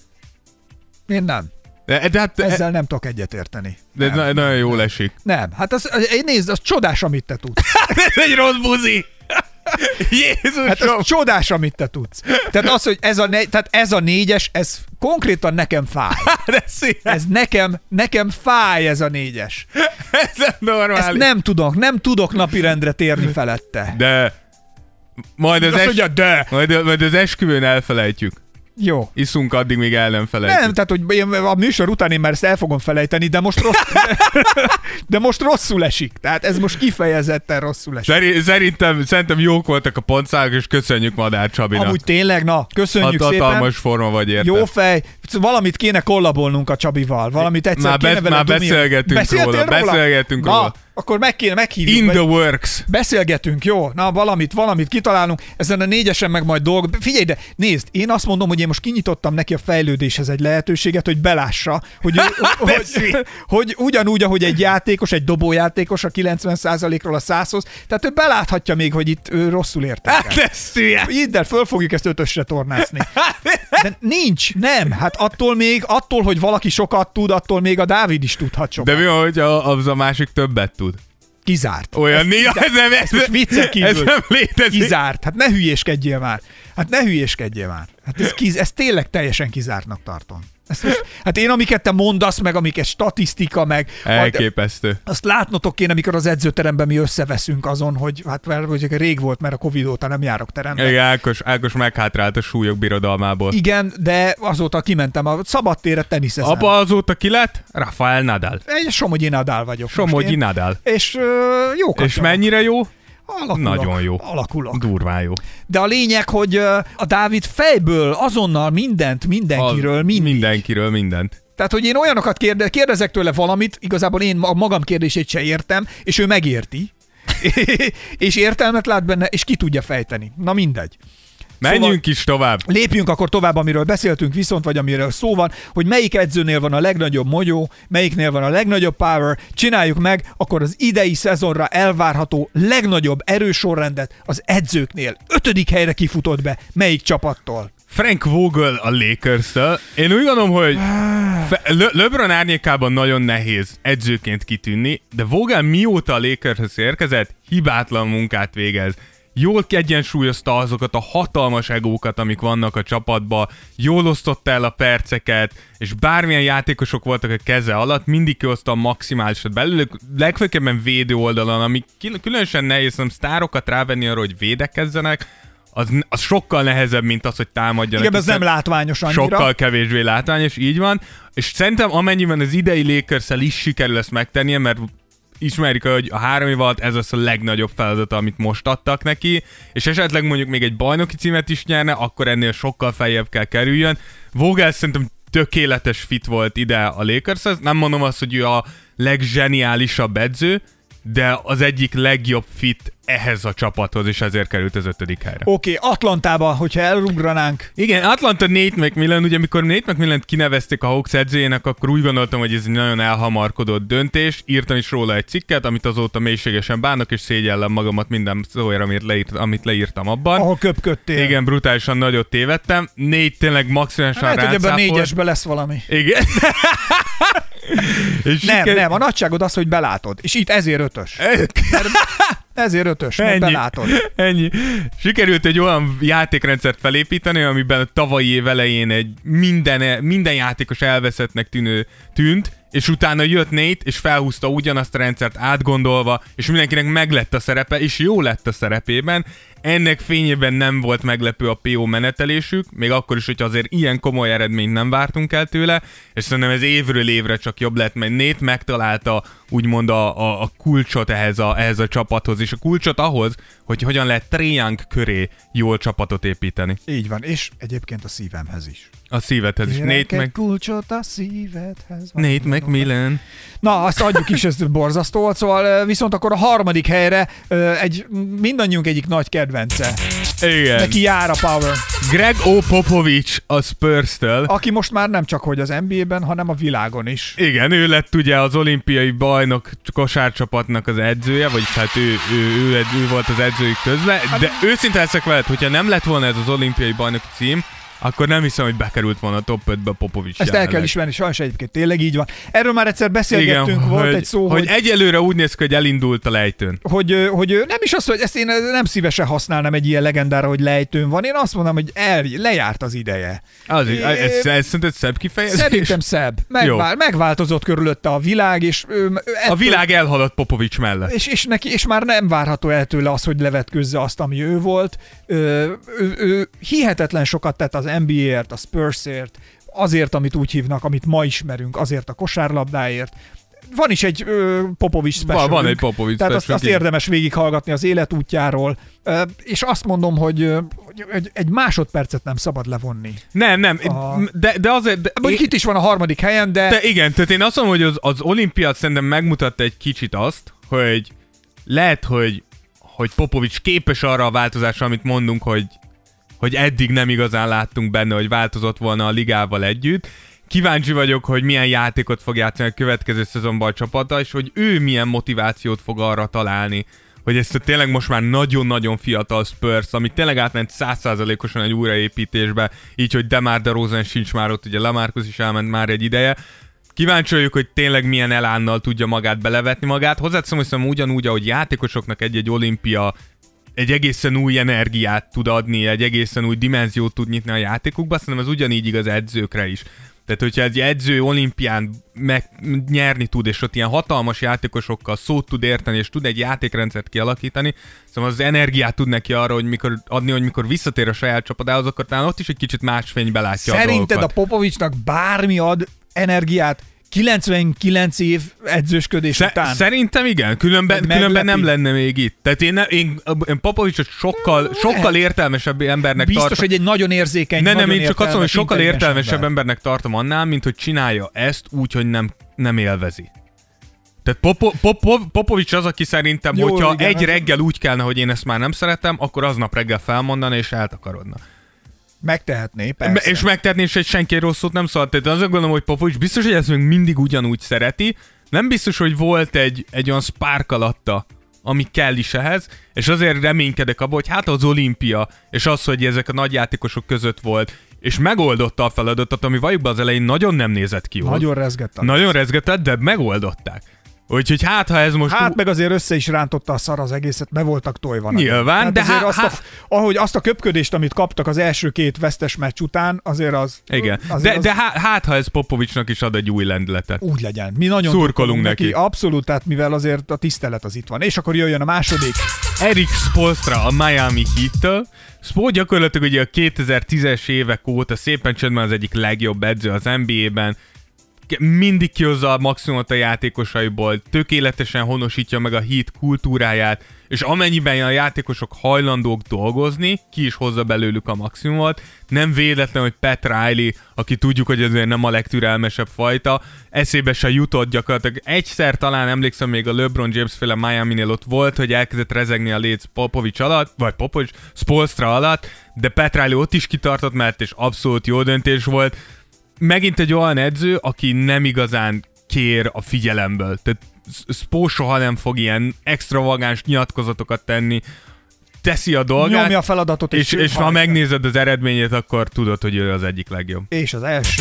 én nem. De, de, hát, Ezzel nem tudok egyetérteni. de nem. na- nagyon jól esik. Nem, hát az, nézd, az csodás, amit te tudsz. Ez egy rossz buzi! Jézusom! Hát az csodás, amit te tudsz. Tehát az, hogy ez a, ne, tehát ez a négyes, ez konkrétan nekem fáj. De szia! Ez nekem, nekem fáj ez a négyes. Ez nem normális. Ezt nem tudok, nem tudok napirendre térni felette. De majd az, Azt es... mondja, de! majd, majd az esküvőn elfelejtjük. Jó. Iszunk addig, míg el nem felejtjük. Nem, tehát, hogy én a műsor után én már ezt el fogom felejteni, de most, rossz, de most rosszul esik. Tehát ez most kifejezetten rosszul esik. Szeri- Szerintem, szerintem jók voltak a pontszágok, és köszönjük Madár Csabinak. Amúgy tényleg, na, köszönjük Hat- szépen. hatalmas forma vagy érte. Jó fej, valamit kéne kollabolnunk a Csabival. Valamit egyszer Már kéne besz- vele már dobni. beszélgettünk Beszéltél róla, beszélgettünk Na, róla. akkor meg kéne, meghívjuk. In vagy- the works. Beszélgetünk, jó? Na, valamit, valamit kitalálunk, ezen a négyesen meg majd dolg. Figyelj, de nézd, én azt mondom, hogy én most kinyitottam neki a fejlődéshez egy lehetőséget, hogy belássa, hogy, hogy, hogy ugyanúgy, ahogy egy játékos, egy dobójátékos a kilencven százalékról a százhoz, tehát ő beláthatja még, hogy itt ő rosszul értékel. Hát ez szia. Innen föl fogjuk ezt ötösre tornászni. De nincs, nem. Hát attól még, attól, hogy valaki sokat tud, attól még a Dávid is tudhat sokat. De mi van, hogy a, az a másik többet tud? Kizárt. Olyan néha, ez nem, ez, Ez most viccen kívül. ez nem létezik. Kizárt. Hát ne hülyéskedjél már. Hát ne hülyéskedjél már. Hát ez, kiz, ez tényleg teljesen kizártnak tartom. Ezt most, hát én, amiket te mondasz, meg amiket statisztika, meg... Elképesztő. Azt látnotok kéne, amikor az edzőteremben mi összeveszünk azon, hogy hát mert hogy rég volt, mert a Covid óta nem járok terembe. Igen, Ákos, Ákos meghátrált a súlyok birodalmából. Igen, de azóta kimentem a szabadtérre teniszezem. Apa azóta ki lett? Rafael Nadal. Egy Somogyi Nadal vagyok. most Somogyi én. Nadal. És ö, jókat És nyomok. mennyire jó? Alakulok. Nagyon jó. Alakulok. Durván jó. De a lényeg, hogy ö, a Dávid fejből azonnal mindent, mindenkiről, A- mindig. Mindenkiről mindent. Tehát, hogy én olyanokat kérde, kérdezek tőle valamit, igazából én a magam kérdését se értem, és ő megérti. és értelmet lát benne, és ki tudja fejteni. Na mindegy. Menjünk Szóval- is tovább. Lépjünk akkor tovább, amiről beszéltünk, viszont vagy amiről szó van, hogy melyik edzőnél van a legnagyobb mogyó, melyiknél van a legnagyobb power, csináljuk meg, akkor az idei szezonra elvárható legnagyobb erősorrendet az edzőknél. Ötödik helyre kifutott be, melyik csapattól? Frank Vogel a Lakers-től. Én úgy gondolom, hogy Fe- Le- LeBron árnyékában nagyon nehéz edzőként kitűnni, de Vogel mióta a Lakershez érkezett, hibátlan munkát végez. Jól kiegyensúlyozta azokat a hatalmas egókat, amik vannak a csapatban, jól osztotta el a perceket, és bármilyen játékosok voltak a keze alatt, mindig kihozta a maximálisat belőlük, legfőképpen védő oldalon, ami különösen nehéz, nem sztárokat rávenni arra, hogy védekezzenek, az, az sokkal nehezebb, mint az, hogy támadjanak. Igen, ez hiszen nem látványos annyira. Sokkal kevésbé látványos, így van. És szerintem amennyiben az idei Lakers-el is sikerül ezt megtennie, mert ismerjük, hogy a három év alatt ez az a legnagyobb feladata, amit most adtak neki, és esetleg mondjuk még egy bajnoki címet is nyerne, akkor ennél sokkal feljebb kell kerüljön. Vogel szerintem tökéletes fit volt ide a Lakershez. Nem mondom azt, hogy ő a legzseniálisabb edző, de az egyik legjobb fit ehhez a csapathoz, és ezért került az ötödik helyre. Oké, okay, Atlantába, hogyha elugranánk. Igen, Atlanta Nate McMillan, ugye amikor Nate McMillan-t kinevezték a Hawks edzőjének, akkor úgy gondoltam, hogy ez egy nagyon elhamarkodott döntés. Írtam is róla egy cikket, amit azóta mélységesen bánok, és szégyellem magamat minden szóért, amit, leírt, amit leírtam abban. Ahol köpködtél. Igen, brutálisan nagyot tévedtem. Nate tényleg maximálisan hát, ráncáfolt. hogy ebben a négyesbe lesz valami. Igen. nem, siker... nem, a nagyságod az, hogy belátod. És itt ezért ötös. Ezért ötös, mert belátod. Ennyi. Sikerült egy olyan játékrendszert felépíteni, amiben a tavalyi év elején egy minden, minden játékos elveszettnek tűnő, tűnt, és utána jött Nate, és felhúzta ugyanazt a rendszert átgondolva, és mindenkinek meglett a szerepe, és jó lett a szerepében. Ennek fényében nem volt meglepő a pé o menetelésük, még akkor is, hogyha azért ilyen komoly eredményt nem vártunk el tőle, és szerintem ez évről évre csak jobb lett, mert Nate megtalálta úgymond a, a, a kulcsot ehhez a, ehhez a csapathoz, és a kulcsot ahhoz, hogy hogyan lehet Trae Young köré jól csapatot építeni. Így van, és egyébként a szívemhez is. A szívedhez is. Nate meg... kulcsot a szívedhez. Nate McMillan. Na, azt adjuk is, ez borzasztó volt, szóval viszont akkor a harmadik helyre egy mindannyiunk egyik nagy kedvence. Igen. Neki jár a power. Greg O. Popovich a Spurs-től. Aki most már nem csak hogy az en bé á-ben, hanem a világon is. Igen, ő lett ugye az olimpiai bajnok kosárcsapatnak az edzője, vagyis hát ő, ő, ő, ő volt az edzőjük közben, de őszinte leszek veled, hogyha nem lett volna ez az olimpiai bajnoki cím, akkor nem hiszem, hogy bekerült volna a top ötbe Popovich. Ezt el kell ismerni, sajnos egyébként tényleg így van. Erről már egyszer beszélgettünk, igen, volt hogy, egy szó, hogy... hogy egyelőre úgy néz ki, hogy elindult a lejtőn. Hogy, hogy nem is az, hogy ezt én nem szívesen használnám egy ilyen legendára, hogy lejtőn van. Én azt mondom, hogy el, lejárt az ideje. Az is, ez, ez, ez szerinted szebb kifejezés? Szerintem szebb. Megvál, megváltozott körülötte a világ, és ő, ettől, a világ elhaladt Popovich mellett. És, és, neki, és már nem várható el tőle az, hogy levetkőzze azt, ami ő volt. Ő, ő, ő hihetetlen sokat tett az en bé á-ért, a Spursért, azért, amit úgy hívnak, amit ma ismerünk, azért a kosárlabdáért. Van is egy ö, Popovich special. Van egy Popovich Tehát azt, azt érdemes végighallgatni az életútjáról, ö, és azt mondom, hogy, ö, hogy egy másodpercet nem szabad levonni. Nem, nem, a... de, de azért... De mondjuk én... itt is van a harmadik helyen, de... De igen, tehát én azt mondom, hogy az, az olimpiát szerintem megmutatta egy kicsit azt, hogy lehet, hogy, hogy Popovich képes arra a változásra, amit mondunk, hogy hogy eddig nem igazán láttunk benne, hogy változott volna a ligával együtt. Kíváncsi vagyok, hogy milyen játékot fog játszani a következő szezonban a csapata, és hogy ő milyen motivációt fog arra találni, hogy ezt a tényleg most már nagyon-nagyon fiatal Spurs, ami tényleg átment száz százalékosan egy újraépítésbe, így, hogy DeMar DeRozan sincs már ott, ugye LaMarcus is elment már egy ideje. Kíváncsi vagyok, hogy tényleg milyen elánnal tudja magát belevetni magát. Hozzáteszem, hogy szerintem ugyanúgy, ahogy játékosoknak egy-egy olimpia egy egészen új energiát tud adni, egy egészen új dimenziót tud nyitni a játékukba, szerintem ez ugyanígy igaz edzőkre is. Tehát, hogyha egy edző olimpián megnyerni tud, és ott ilyen hatalmas játékosokkal szót tud érteni, és tud egy játékrendszert kialakítani, szóval az energiát tud neki arra, hogy mikor adni, hogy mikor visszatér a saját csapatához, akkor talán ott is egy kicsit más fénybe látja a dolgokat. Szerinted a Popovichnak bármi ad energiát kilencvenkilenc év edzősködés Sze- után? Szerintem igen, különben, különben nem lenne még itt. Tehát én, én, én Popovichot sokkal, sokkal értelmesebb embernek Biztos, tartom. hogy egy nagyon érzékeny, Ne, nagyon nem, én csak azt mondom, hogy sokkal értelmesebb ember. embernek tartom annál, mint hogy csinálja ezt úgy, hogy nem, nem élvezi. Tehát Popo, Popo, Popovich az, aki szerintem, Jó, hogyha igen, egy az... reggel úgy kellene, hogy én ezt már nem szeretem, akkor aznap reggel felmondana és eltakarodna. Megtehetné, persze. És megtehetné, és egy senki rossz szót nem szólt. Tehát azt gondolom, hogy Popovich biztos, hogy ezt még mindig ugyanúgy szereti. Nem biztos, hogy volt egy, egy olyan spark alatta, ami kell is ehhez, és azért reménykedek abban, hogy hát az olimpia, és az, hogy ezek a nagy játékosok között volt, és megoldotta a feladatot, ami valljuk az elején nagyon nem nézett ki jól. Nagyon rezgetett. Nagyon rezgetett, de megoldották. Úgyhogy hát, ha ez most... Hát meg azért össze is rántotta a szar az egészet, be voltak tojva. Nyilván, hát de hát... hát... Azt a, ahogy azt a köpködést, amit kaptak az első két vesztes meccs után, azért az... Igen, azért de, az... de hát, hát ha ez Popovichnak is ad egy új lendületet. Úgy legyen. Mi nagyon szurkolunk neki. neki. Abszolút, tehát mivel azért a tisztelet az itt van. És akkor jöjjön a második. Erik Spoelstra a Miami Heat-től. Spo gyakorlatilag ugye a kétezer-tízes évek óta szépen csendben az egyik legjobb edző az en bé á-ben. mindig kihozza a maximumot a játékosaiból, tökéletesen honosítja meg a Heat kultúráját, és amennyiben a játékosok hajlandók dolgozni, ki is hozza belőlük a maximumot. Nem véletlen, hogy Pat Riley, aki tudjuk, hogy azért nem a legtürelmesebb fajta, eszébe se jutott gyakorlatilag. Egyszer talán emlékszem még a LeBron James-féle Miami-nél ott volt, hogy elkezdett rezegni a léc Popovics alatt, vagy Popovics, Spoelstra alatt, de Pat Riley ott is kitartott mellett, és abszolút jó döntés volt. Megint egy olyan edző, aki nem igazán kér a figyelemből. Tehát Spo soha nem fog ilyen extravagáns nyilatkozatokat tenni, teszi a dolgát. Nyomja a feladatot. És, és, és ha megnézed az eredményét, akkor tudod, hogy ő az egyik legjobb. És az első.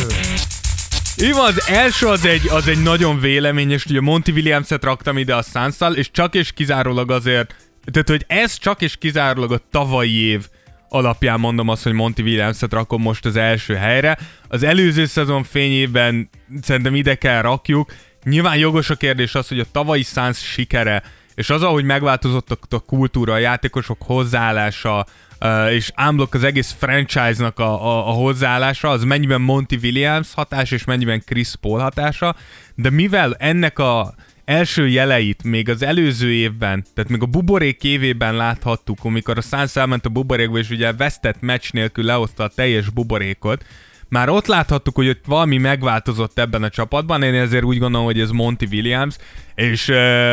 Így van, az első az egy, az egy nagyon véleményes, ugye Monty Williams-et raktam ide a Suns-szal, és csak és kizárólag azért, tehát hogy ez csak és kizárólag a tavalyi év alapján mondom azt, hogy Monty Williams-et rakom most az első helyre. Az előző szezon fényében szerintem ide kell rakjuk. Nyilván jogos a kérdés az, hogy a tavalyi Suns sikere, és az, ahogy megváltozott a kultúra, a játékosok hozzáállása, és unblock az egész franchise-nak a, a, a hozzáállása, az mennyiben Monty Williams hatás, és mennyiben Chris Paul hatása, de mivel ennek a első jeleit még az előző évben, tehát még a buborék évében láthattuk, amikor a Suns elment a buborékba, és ugye vesztett meccs nélkül lehozta a teljes buborékot, már ott láthattuk, hogy ott valami megváltozott ebben a csapatban, én ezért úgy gondolom, hogy ez Monty Williams, és,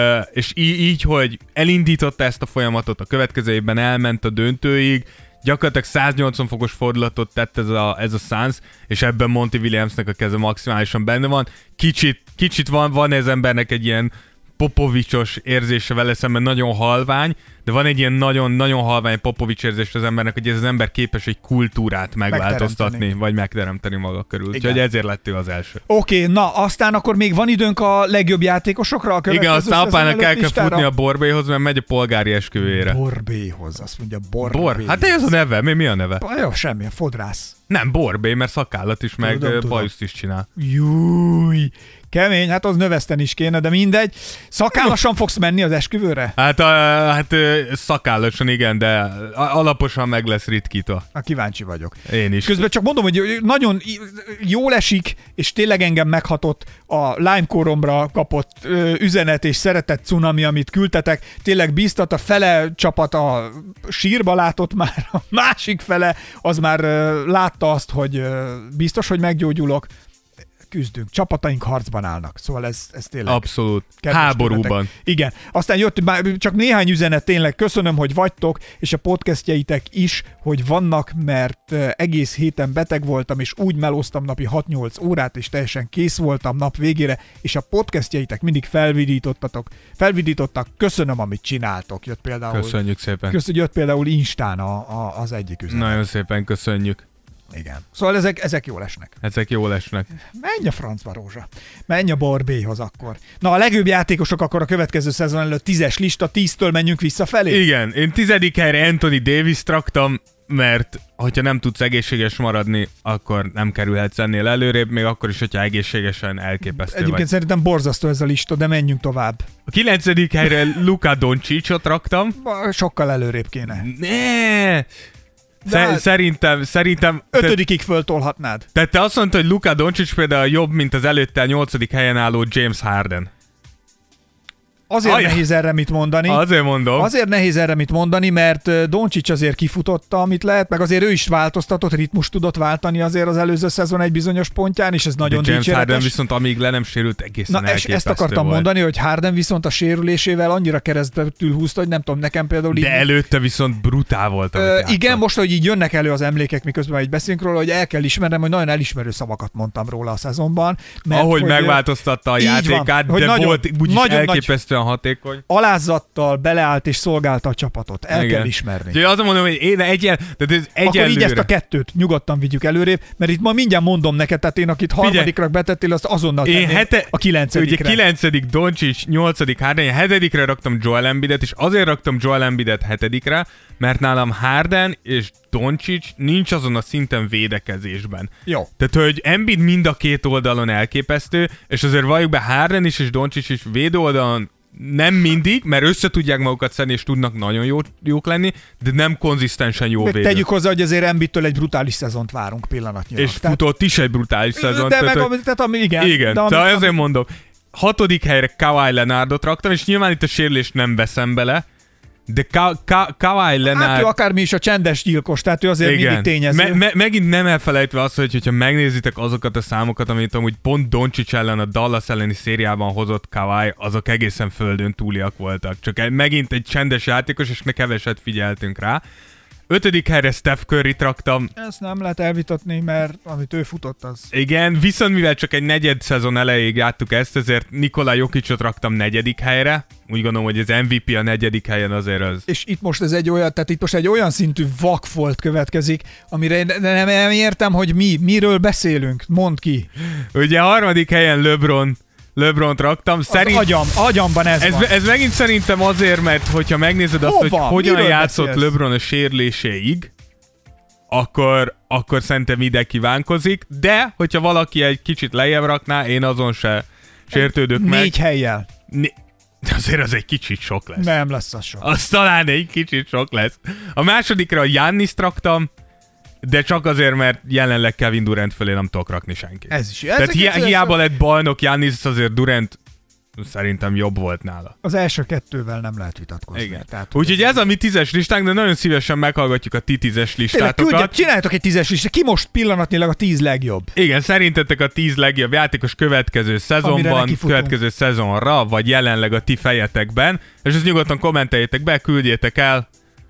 és így, hogy elindította ezt a folyamatot, a következő évben elment a döntőig, gyakorlatilag száznyolcvan fokos fordulatot tett ez a, ez a Suns, és ebben Monty Williamsnek a keze maximálisan benne van. Kicsit, kicsit van, van ez embernek egy ilyen Popovicsos érzése vele szemben, nagyon halvány, de van egy ilyen nagyon-nagyon halvány Popovics érzés az embernek, hogy ez az ember képes egy kultúrát megváltoztatni, vagy megteremteni maga körül. Igen. Úgyhogy ezért lett ő az első. Oké, okay, na aztán akkor még van időnk a legjobb játékosokra a következő. Igen, aztán apának el kell futni a Borbéhoz, mert megy a polgári esküvőjére. Borbéhoz, azt mondja Borbé. Bor? Hát ez a neve, mi, mi a neve? Jó, semmi, a fodrász. Nem, Borbé, mert szakállat is, meg tudom, bajuszt tudom. is csinál. Júj, kemény, hát az növeszteni is kéne, de mindegy. Szakállasan fogsz menni az esküvőre? Hát, a, hát szakállasan igen, de alaposan meg lesz ritkítva. Na, kíváncsi vagyok. Én is. Közben csak mondom, hogy nagyon jól esik, és tényleg engem meghatott a Lime-koromra kapott ö, üzenet és szeretett cunami, amit küldtetek. Tényleg bíztat, a fele csapat a sírba látott már, a másik fele az már ö, látta azt, hogy ö, biztos, hogy meggyógyulok. Küzdünk, csapataink harcban állnak, szóval ez, ez tényleg... Abszolút, háborúban. Tőletek. Igen, aztán jött csak néhány üzenet, tényleg köszönöm, hogy vagytok, és a podcastjeitek is, hogy vannak, mert egész héten beteg voltam, és úgy melóztam napi hat-nyolc órát, és teljesen kész voltam nap végére, és a podcastjeitek mindig felvidítottatok, felvidítottak, köszönöm, amit csináltok, jött például... Köszönjük szépen. Köszönjük, jött például Instán a, a, az egyik üzenet. Nagyon szépen köszönjük. Igen. Szóval ezek, ezek jól esnek. Ezek jól esnek. Menj a francba, Rózsa. Menj a Borbéhoz akkor. Na, a legjobb játékosok akkor a következő szezon előtt tízes lista, tíztől menjünk visszafelé? Igen, én tizedik helyre Anthony Davis-t raktam, mert hogyha nem tudsz egészséges maradni, akkor nem kerülhetsz ennél előrébb, még akkor is, hogyha egészségesen elképesztő Egyébként vagy. szerintem borzasztó ez a lista, de menjünk tovább. A kilencedik helyre Luka Doncicot raktam. Sokkal előrébb kéne. Ne! Hát, szerintem, szerintem... Ötödikig föltolhatnád. Tehát te azt mondtad, hogy Luka Doncic például jobb, mint az előtte a nyolcadik helyen álló James Harden. Azért Ajaj. nehéz erre mit mondani. Azért mondom. Azért nehéz erre mit mondani, mert Doncic azért kifutotta, amit lehet, meg azért ő is változtatott, ritmust tudott váltani azért az előző szezon egy bizonyos pontján, és ez nagyon de James dicséretes. Harden viszont amíg le nem sérült, egészen Na, elképesztő ezt akartam volt. mondani, hogy Harden viszont a sérülésével annyira keresztül húzta, hogy nem tudom, nekem például így... De előtte viszont brutál volt, amit Ö, játszott. igen, most, hogy így jönnek elő az emlékek, miközben így beszélünk róla, hogy el kell ismernem, hogy nagyon elismerő szavakat mondtam róla a szezonban. Mert ahogy hogy, megváltoztatta a játékát, van, de nagyon, volt úgyis nagyon elképesztően hatékony. Alázattal beleállt és szolgálta a csapatot. El Igen. kell ismerni. Úgyhogy azt mondom, hogy én egyen, tehát ez Akkor egyenlőre. így ezt a kettőt nyugodtan vigyük előrébb, mert itt ma mindjárt mondom neked, tehát én akit harmadikra betettél, azt azonnal Én tenném hete, a kilencedikre. Ugye kilencedik Doncic, nyolcadik Harden, én hetedikre raktam Joel Embiidet, és azért raktam Joel Embiidet hetedikre, mert nálam Harden és Doncic nincs azon a szinten védekezésben. Jó. Tehát, hogy Embiid mind a két oldalon elképesztő, és azért valljuk be Harden is és Doncic is védő oldalon nem mindig, mert össze tudják magukat szedni, és tudnak nagyon jó, jók lenni, de nem konzisztensen jó védők. Tegyük hozzá, hogy azért Embiidtől egy brutális szezont várunk pillanatnyilag. És tehát... futott is egy brutális szezont. De tehát, meg, hogy... tehát ami, igen. Igen, de ami, szóval azért mondom. Hatodik helyre Kawhi Leonardot raktam, és nyilván itt a sérülést nem veszem bele, de Ka- Ka- Kawhi Leonard... Hát ő akármi is a csendes gyilkos, tehát ő azért igen. mindig tényező. Me- me- megint nem elfelejtve azt, hogy hogyha megnézitek azokat a számokat, amit amúgy pont Doncic ellen a Dallas elleni szériában hozott Kawhi, azok egészen földön túliak voltak. Csak egy, megint egy csendes játékos, és ne keveset figyeltünk rá. Ötödik helyre Steph Curryt raktam. Ezt nem lehet elvitatni, mert amit ő futott, az... Igen, viszont mivel csak egy negyed szezon elejéig játtuk ezt, ezért Nikola Jokicot raktam negyedik helyre. Úgy gondolom, hogy az em vé pé a negyedik helyen azért az. És itt most ez egy olyan, tehát itt most egy olyan szintű vakfolt következik, amire nem, nem értem, hogy mi, miről beszélünk. Mondd ki. Ugye a harmadik helyen LeBron. LeBront raktam. Szerint... agyam, agyamban ez, ez van. Ez megint szerintem azért, mert hogyha megnézed azt, Hova? hogy hogyan Miről játszott beszélsz? LeBron a sérüléséig, akkor, akkor szerintem ide kívánkozik, de hogyha valaki egy kicsit lejjebb rakná, én azon se sértődök négy meg. Négy helyjel. Né- azért az egy kicsit sok lesz. Nem lesz az sok. Az talán egy kicsit sok lesz. A másodikra a Giannist raktam, de csak azért, mert jelenleg Kevin Durant fölé nem tudok rakni senki. Ez is. Tehát hi- hiába lett bajnok Giannis, azért Durant szerintem jobb volt nála. Az első kettővel nem lehet vitatkozni. Igen. Úgyhogy ez a mi tízes listánk, de nagyon szívesen meghallgatjuk a ti tízes listátokat. Tényleg, csináljátok egy tízes listát. Ki most pillanatnyilag a tíz legjobb? Igen, szerintetek a tíz legjobb játékos következő szezonban, következő szezonra, vagy jelenleg a ti fejetekben. És ezt nyugodtan kommenteljétek be, küldjétek el,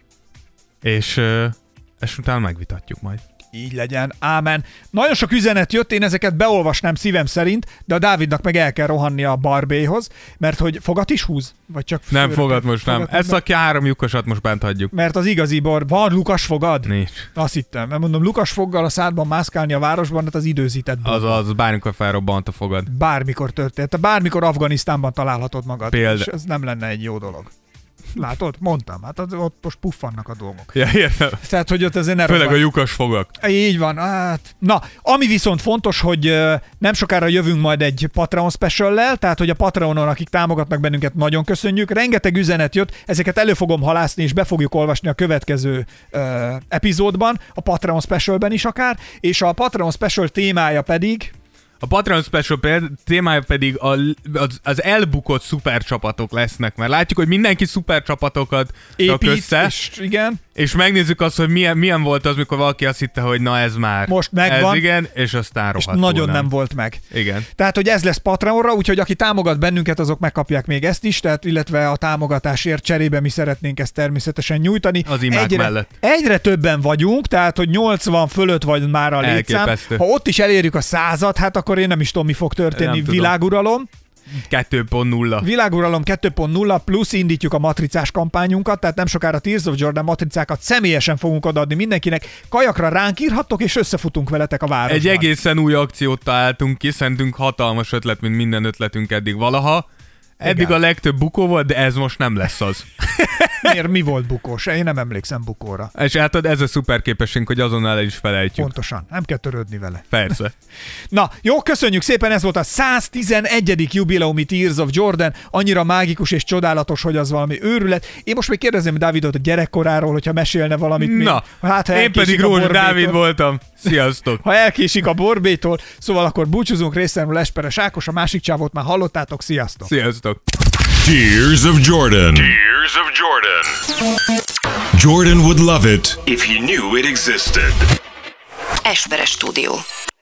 és... és utána megvitatjuk majd. Így legyen, ámen. Nagyon sok üzenet jött, én ezeket beolvasnám szívem szerint, de a Dávidnak meg el kell rohanni a Barbéhoz, mert hogy fogat is húz? Vagy csak nem fogad most, nem. Ezt a három lyukasat most bent hagyjuk. Mert az igazi bar, van lukas fogad? Nincs. Azt hittem, mert mondom, lukas foggal a szádban mászkálni a városban, hát az időzített. Az az, bármikor felrobbant a fogad. Bármikor történt. Bármikor Afganisztánban találhatod magad. Példa. És ez nem lenne egy jó dolog. Látod? Mondtam. Hát ott most puffannak a dolgok. Ja, értem. Tehát, hogy ott ezért ne Főleg robban. a lyukas fogak. Így van. Hát. Na, ami viszont fontos, hogy nem sokára jövünk majd egy Patreon special-lel, tehát, hogy a Patreonon, akik támogatnak bennünket, nagyon köszönjük. Rengeteg üzenet jött, ezeket elő fogom halászni, és be fogjuk olvasni a következő uh, epizódban, a Patreon specialben is akár, és a Patreon special témája pedig... A Patreon Special témája pedig a, az, az elbukott szupercsapatok lesznek, mert látjuk, hogy mindenki szupercsapatokat rak össze, és, igen. és megnézzük azt, hogy milyen, milyen volt az, mikor valaki azt hitte, hogy na ez már. Most megvan. Ez igen, és aztán rohadtul és nagyon nem. nem volt meg. Igen. Tehát, hogy ez lesz Patreonra, úgyhogy aki támogat bennünket, azok megkapják még ezt is, tehát illetve a támogatásért cserébe mi szeretnénk ezt természetesen nyújtani. Az imák egyre, mellett. Egyre többen vagyunk, tehát, hogy nyolcvan fölött vagy már a létszám. Elképesztő. Ha ott is elérjük a százat, hát akkor én nem is tudom, mi fog történni. Világuralom. kettő pont nulla. Világuralom kettő pont nulla, plusz indítjuk a matricás kampányunkat, tehát nem sokára Tears of Jordan matricákat személyesen fogunk odaadni mindenkinek. Kajakra ránk írhattok, és összefutunk veletek a városban. Egy egészen új akciót találtunk ki, szerintünk hatalmas ötlet, mint minden ötletünk eddig valaha. Eddig igen. A legtöbb bukó volt, de ez most nem lesz az. Miért? Mi volt bukós? Én nem emlékszem bukóra. És hát ez a szuper képességünk, hogy azonnal el is felejtjük. Pontosan. Nem kell törődni vele. Persze. Na, jó, köszönjük szépen, ez volt a száztizenegyedik jubileumi Tears of Jordan. Annyira mágikus és csodálatos, hogy az valami őrület. Én most még kérdezem Dávidot a gyerekkoráról, hogyha mesélne valamit. Na, még. Hát, én pedig Rózsa Dávid voltam. Sziasztok! Ha elkésik a borbétól, szóval akkor búcsúzunk részemről Esperes Ákos, a másik csávót már hallottátok. Sziasztok! Sziasztok! Tears of Jordan. Tears of Jordan. Jordan would love it if he knew it existed. Esperes Stúdió.